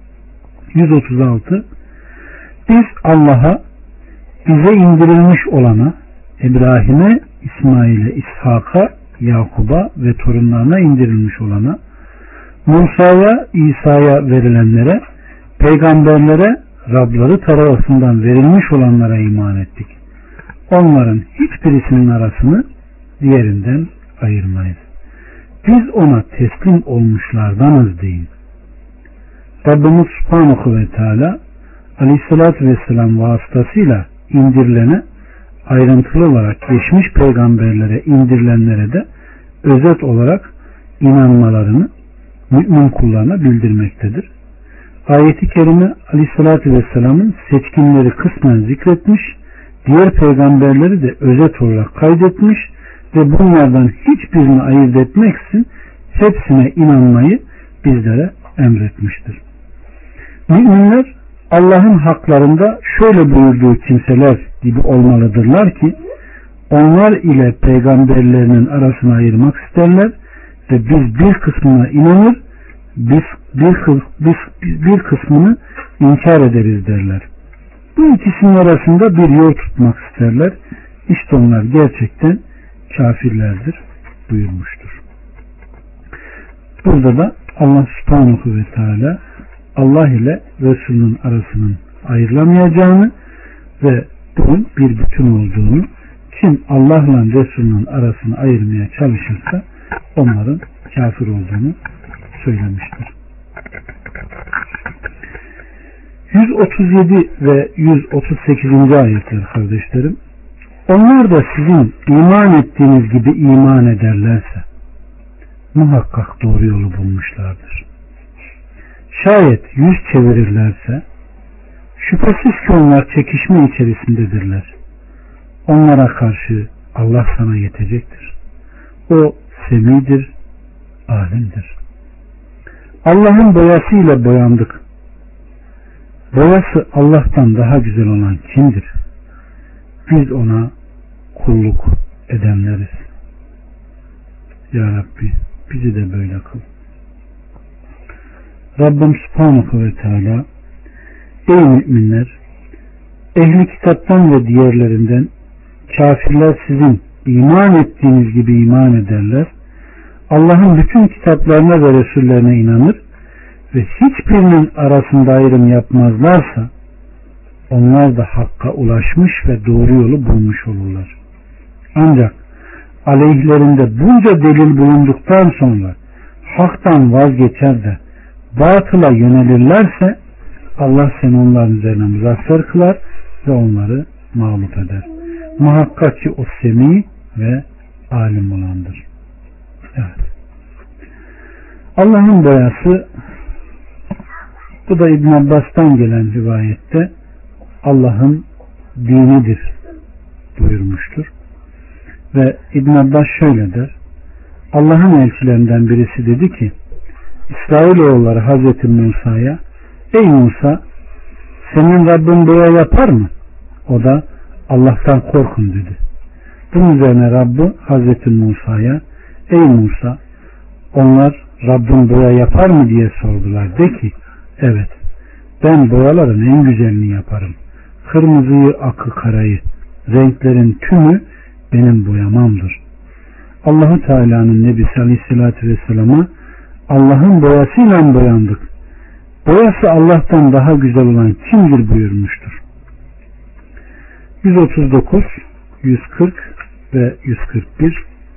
136 Biz Allah'a, bize indirilmiş olana, İbrahim'e, İsmail'e, İshak'a, Yakub'a ve torunlarına indirilmiş olana, Musa'ya, İsa'ya verilenlere, peygamberlere, Rabları tarafından verilmiş olanlara iman ettik. Onların hiçbirisinin arasını diğerinden ayırmayız. Biz ona teslim olmuşlardanız deyin. Rabbimiz Subhanahu ve Teala Aleyhisselatü Vesselam vasıtasıyla indirilene, ayrıntılı olarak geçmiş peygamberlere indirilenlere de özet olarak inanmalarını mümin kullarına bildirmektedir. Ayet-i kerime Aleyhisselatü Vesselam'ın seçkinleri kısmen zikretmiş, diğer peygamberleri de özet olarak kaydetmiş ve bunlardan hiçbirini ayırt etmeksizin hepsine inanmayı bizlere emretmiştir. Müminler Allah'ın haklarında şöyle buyurduğu kimseler gibi olmalıdırlar ki onlar ile peygamberlerinin arasını ayırmak isterler ve biz bir kısmına inanır, biz bir kısmını inkar ederiz derler. Bu ikisinin arasında bir yol tutmak isterler. İşte onlar gerçekten kafirlerdir buyurmuştur. Burada da Allah Subhanahu ve Teala Allah ile Resulünün arasının ayrılamayacağını ve bunun bir bütün olduğunu, kim Allah'la Resulünün arasını ayırmaya çalışırsa onların kafir olduğunu söylemiştir. 137 ve 138. ayetler kardeşlerim. Onlar da sizin iman ettiğiniz gibi iman ederlerse muhakkak doğru yolu bulmuşlardır. Şayet yüz çevirirlerse şüphesiz ki onlar çekişme içerisindedirler. Onlara karşı Allah sana yetecektir. O semidir, alimdir. Allah'ın boyasıyla boyandık. Boyası Allah'tan daha güzel olan kimdir? Biz ona kulluk edenleriz. Ya Rabbi bizi de böyle kıl. Rabbim Subhanahu ve Teala ey müminler, ehli kitaptan ve diğerlerinden kafirler sizin iman ettiğiniz gibi iman ederler. Allah'ın bütün kitaplarına ve Resullerine inanır ve hiçbirinin arasında ayrım yapmazlarsa onlar da hakka ulaşmış ve doğru yolu bulmuş olurlar. Ancak aleyhlerinde bunca delil bulunduktan sonra haktan vazgeçer de batıla yönelirlerse Allah seni onların üzerine muzaffer kılar ve onları mağlup eder. Muhakkak ki o semi ve alim olandır. Evet. Allah'ın boyası, bu da İbn Abbas'tan gelen rivayette Allah'ın dinidir buyurmuştur. Ve İbn Abbas şöyle der: Allah'ın elçilerinden birisi dedi ki İsrailoğulları Hazreti Musa'ya, ey Musa, senin Rabbin boya yapar mı? O da Allah'tan korkun dedi. Bunun üzerine Rabbi Hazreti Musa'ya, ey Musa, onlar Rabbin boya yapar mı diye sordular. De ki, evet, ben boyaların en güzelini yaparım. Kırmızıyı, akı, karayı, renklerin tümü benim boyamamdır. Allah-u Teala'nın Nebisi Aleyhisselatü Vesselam'a Allah'ın boyasıyla boyandık. Boyası Allah'tan daha güzel olan kimdir buyurmuştur. 139, 140 ve 141.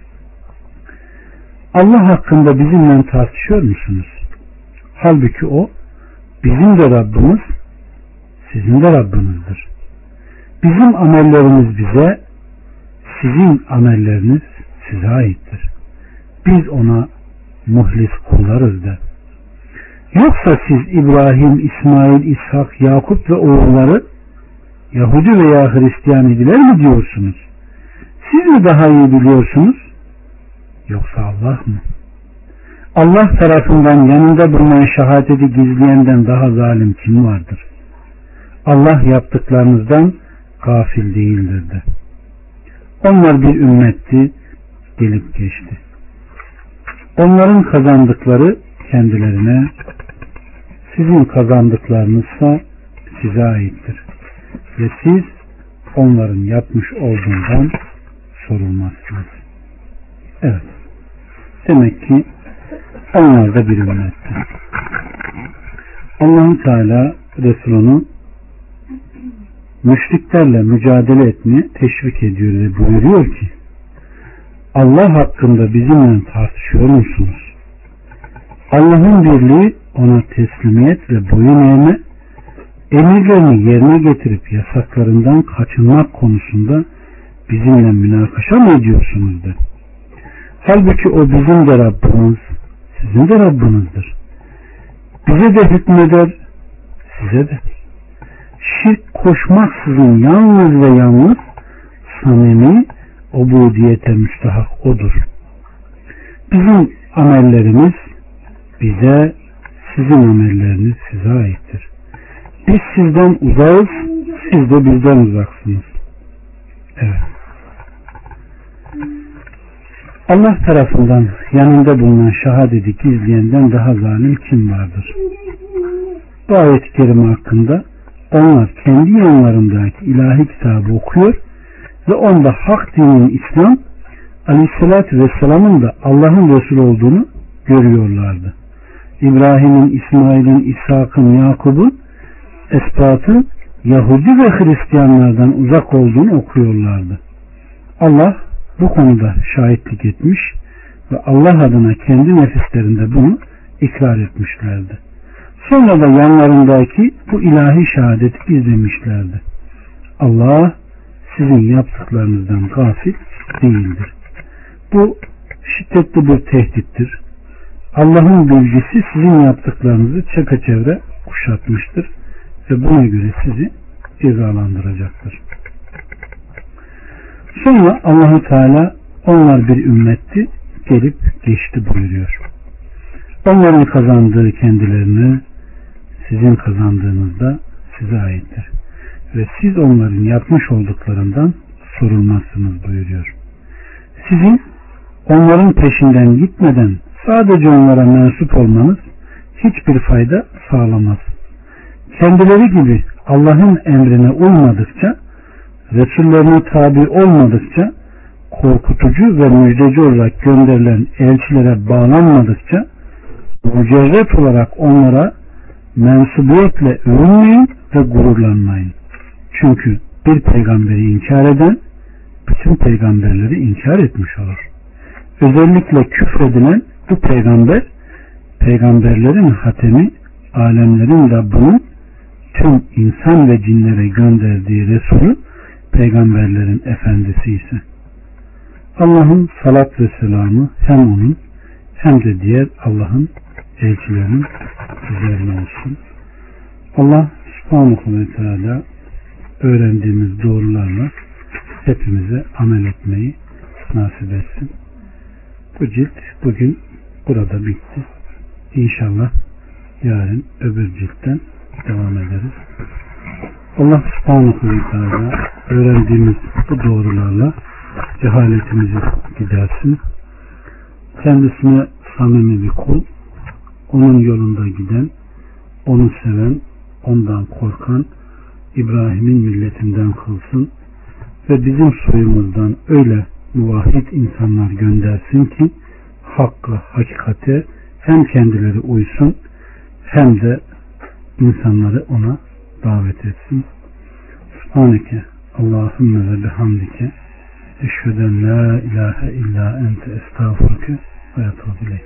Allah hakkında bizimle tartışıyor musunuz? Halbuki o bizim de Rabbimiz, sizin de Rabbinizdir. Bizim amellerimiz bize, sizin amelleriniz size aittir. Biz ona muhlis kullarız da. Yoksa siz İbrahim, İsmail, İshak, Yakup ve oğulları Yahudi veya Hristiyan idiler mi diyorsunuz? Siz mi daha iyi biliyorsunuz? Yoksa Allah mı? Allah tarafından yanında bulunan şehadeti gizleyenden daha zalim kim vardır? Allah yaptıklarınızdan gafil değildir de. Onlar bir ümmetti, gelip geçti. Onların kazandıkları kendilerine, sizin kazandıklarınızsa size aittir. Ve siz onların yapmış olduğundan sorulmazsınız. Evet. Demek ki onlar da bir ümmetti. Allah-u Teala Resulü'nü müşriklerle mücadele etmeye teşvik ediyor ve buyuruyor ki Allah hakkında bizimle tartışıyor musunuz? Allah'ın birliği, ona teslimiyet ve boyun eğme, emirlerini yerine getirip yasaklarından kaçınmak konusunda bizimle münakaşa mı ediyorsunuz de. Halbuki o bizim de Rabbimiz, sizin de Rabbinizdir. Bize de hükmeder, size de. Şirk koşmaksızın yalnız ve yalnız samimi ubudiyete müstahak odur. Bizim amellerimiz bize, sizin amelleriniz size aittir. Biz sizden uzağız, siz de bizden uzaksınız. Evet. Allah tarafından yanında bulunan şehadeti gizleyenden daha zalim kim vardır? Bu ayet-i kerime hakkında onlar kendi yanlarındaki ilahi kitabı okuyor ve onda hak dinin İslam, Aleyhisselatü Vesselam'ın da Allah'ın Resulü olduğunu görüyorlardı. İbrahim'in, İsmail'in, İshak'ın, Yakub'un esbatı Yahudi ve Hristiyanlardan uzak olduğunu okuyorlardı. Allah bu konuda şahitlik etmiş ve Allah adına kendi nefislerinde bunu ikrar etmişlerdi. Sonra da yanlarındaki bu ilahi şehadeti gizlemişlerdi. Allah sizin yaptıklarınızdan gafil değildir. Bu şiddetli bir tehdittir. Allah'ın bilgisi sizin yaptıklarınızı çepeçevre kuşatmıştır ve buna göre sizi cezalandıracaktır. Sonra Allah-u Teala onlar bir ümmetti, gelip geçti buyuruyor. Onların kazandığı kendilerine, sizin kazandığınız da size aittir. Ve siz onların yapmış olduklarından sorulmazsınız buyuruyor. Sizin onların peşinden gitmeden sadece onlara mensup olmanız hiçbir fayda sağlamaz. Kendileri gibi Allah'ın emrine uymadıkça, Resullerine tabi olmadıkça, korkutucu ve müjdeci olarak gönderilen elçilere bağlanmadıkça, mücerret olarak onlara mensubiyetle övünmeyin ve gururlanmayın. Çünkü bir peygamberi inkar eden bütün peygamberleri inkar etmiş olur. Özellikle küfredilen bu peygamber, peygamberlerin hatemi, alemlerin Rabbinin tüm insan ve cinlere gönderdiği Resulü, peygamberlerin efendisi ise. Allah'ın salat ve selamı hem onun hem de diğer Allah'ın elçilerinin üzerine olsun. Allah subhanahu ve teala öğrendiğimiz doğrularla hepimize amel etmeyi, nasip etsin. Bu cilt bugün burada bitti. İnşallah yarın öbür ciltten devam ederiz. Allah subhanahu ve teala öğrendiğimiz bu doğrularla cehaletimizi gidersin. Kendisine samimi bir kul, onun yolunda giden, onu seven, ondan korkan İbrahim'in milletinden kılsın ve bizim soyumuzdan öyle muvahhid insanlar göndersin ki hakka, hakikate hem kendileri uysun hem de insanları ona davet etsin. Subhaneke Allahümme ve bihamdike eşheden la ilahe illa ente estağfurke ve etûbü ileyk.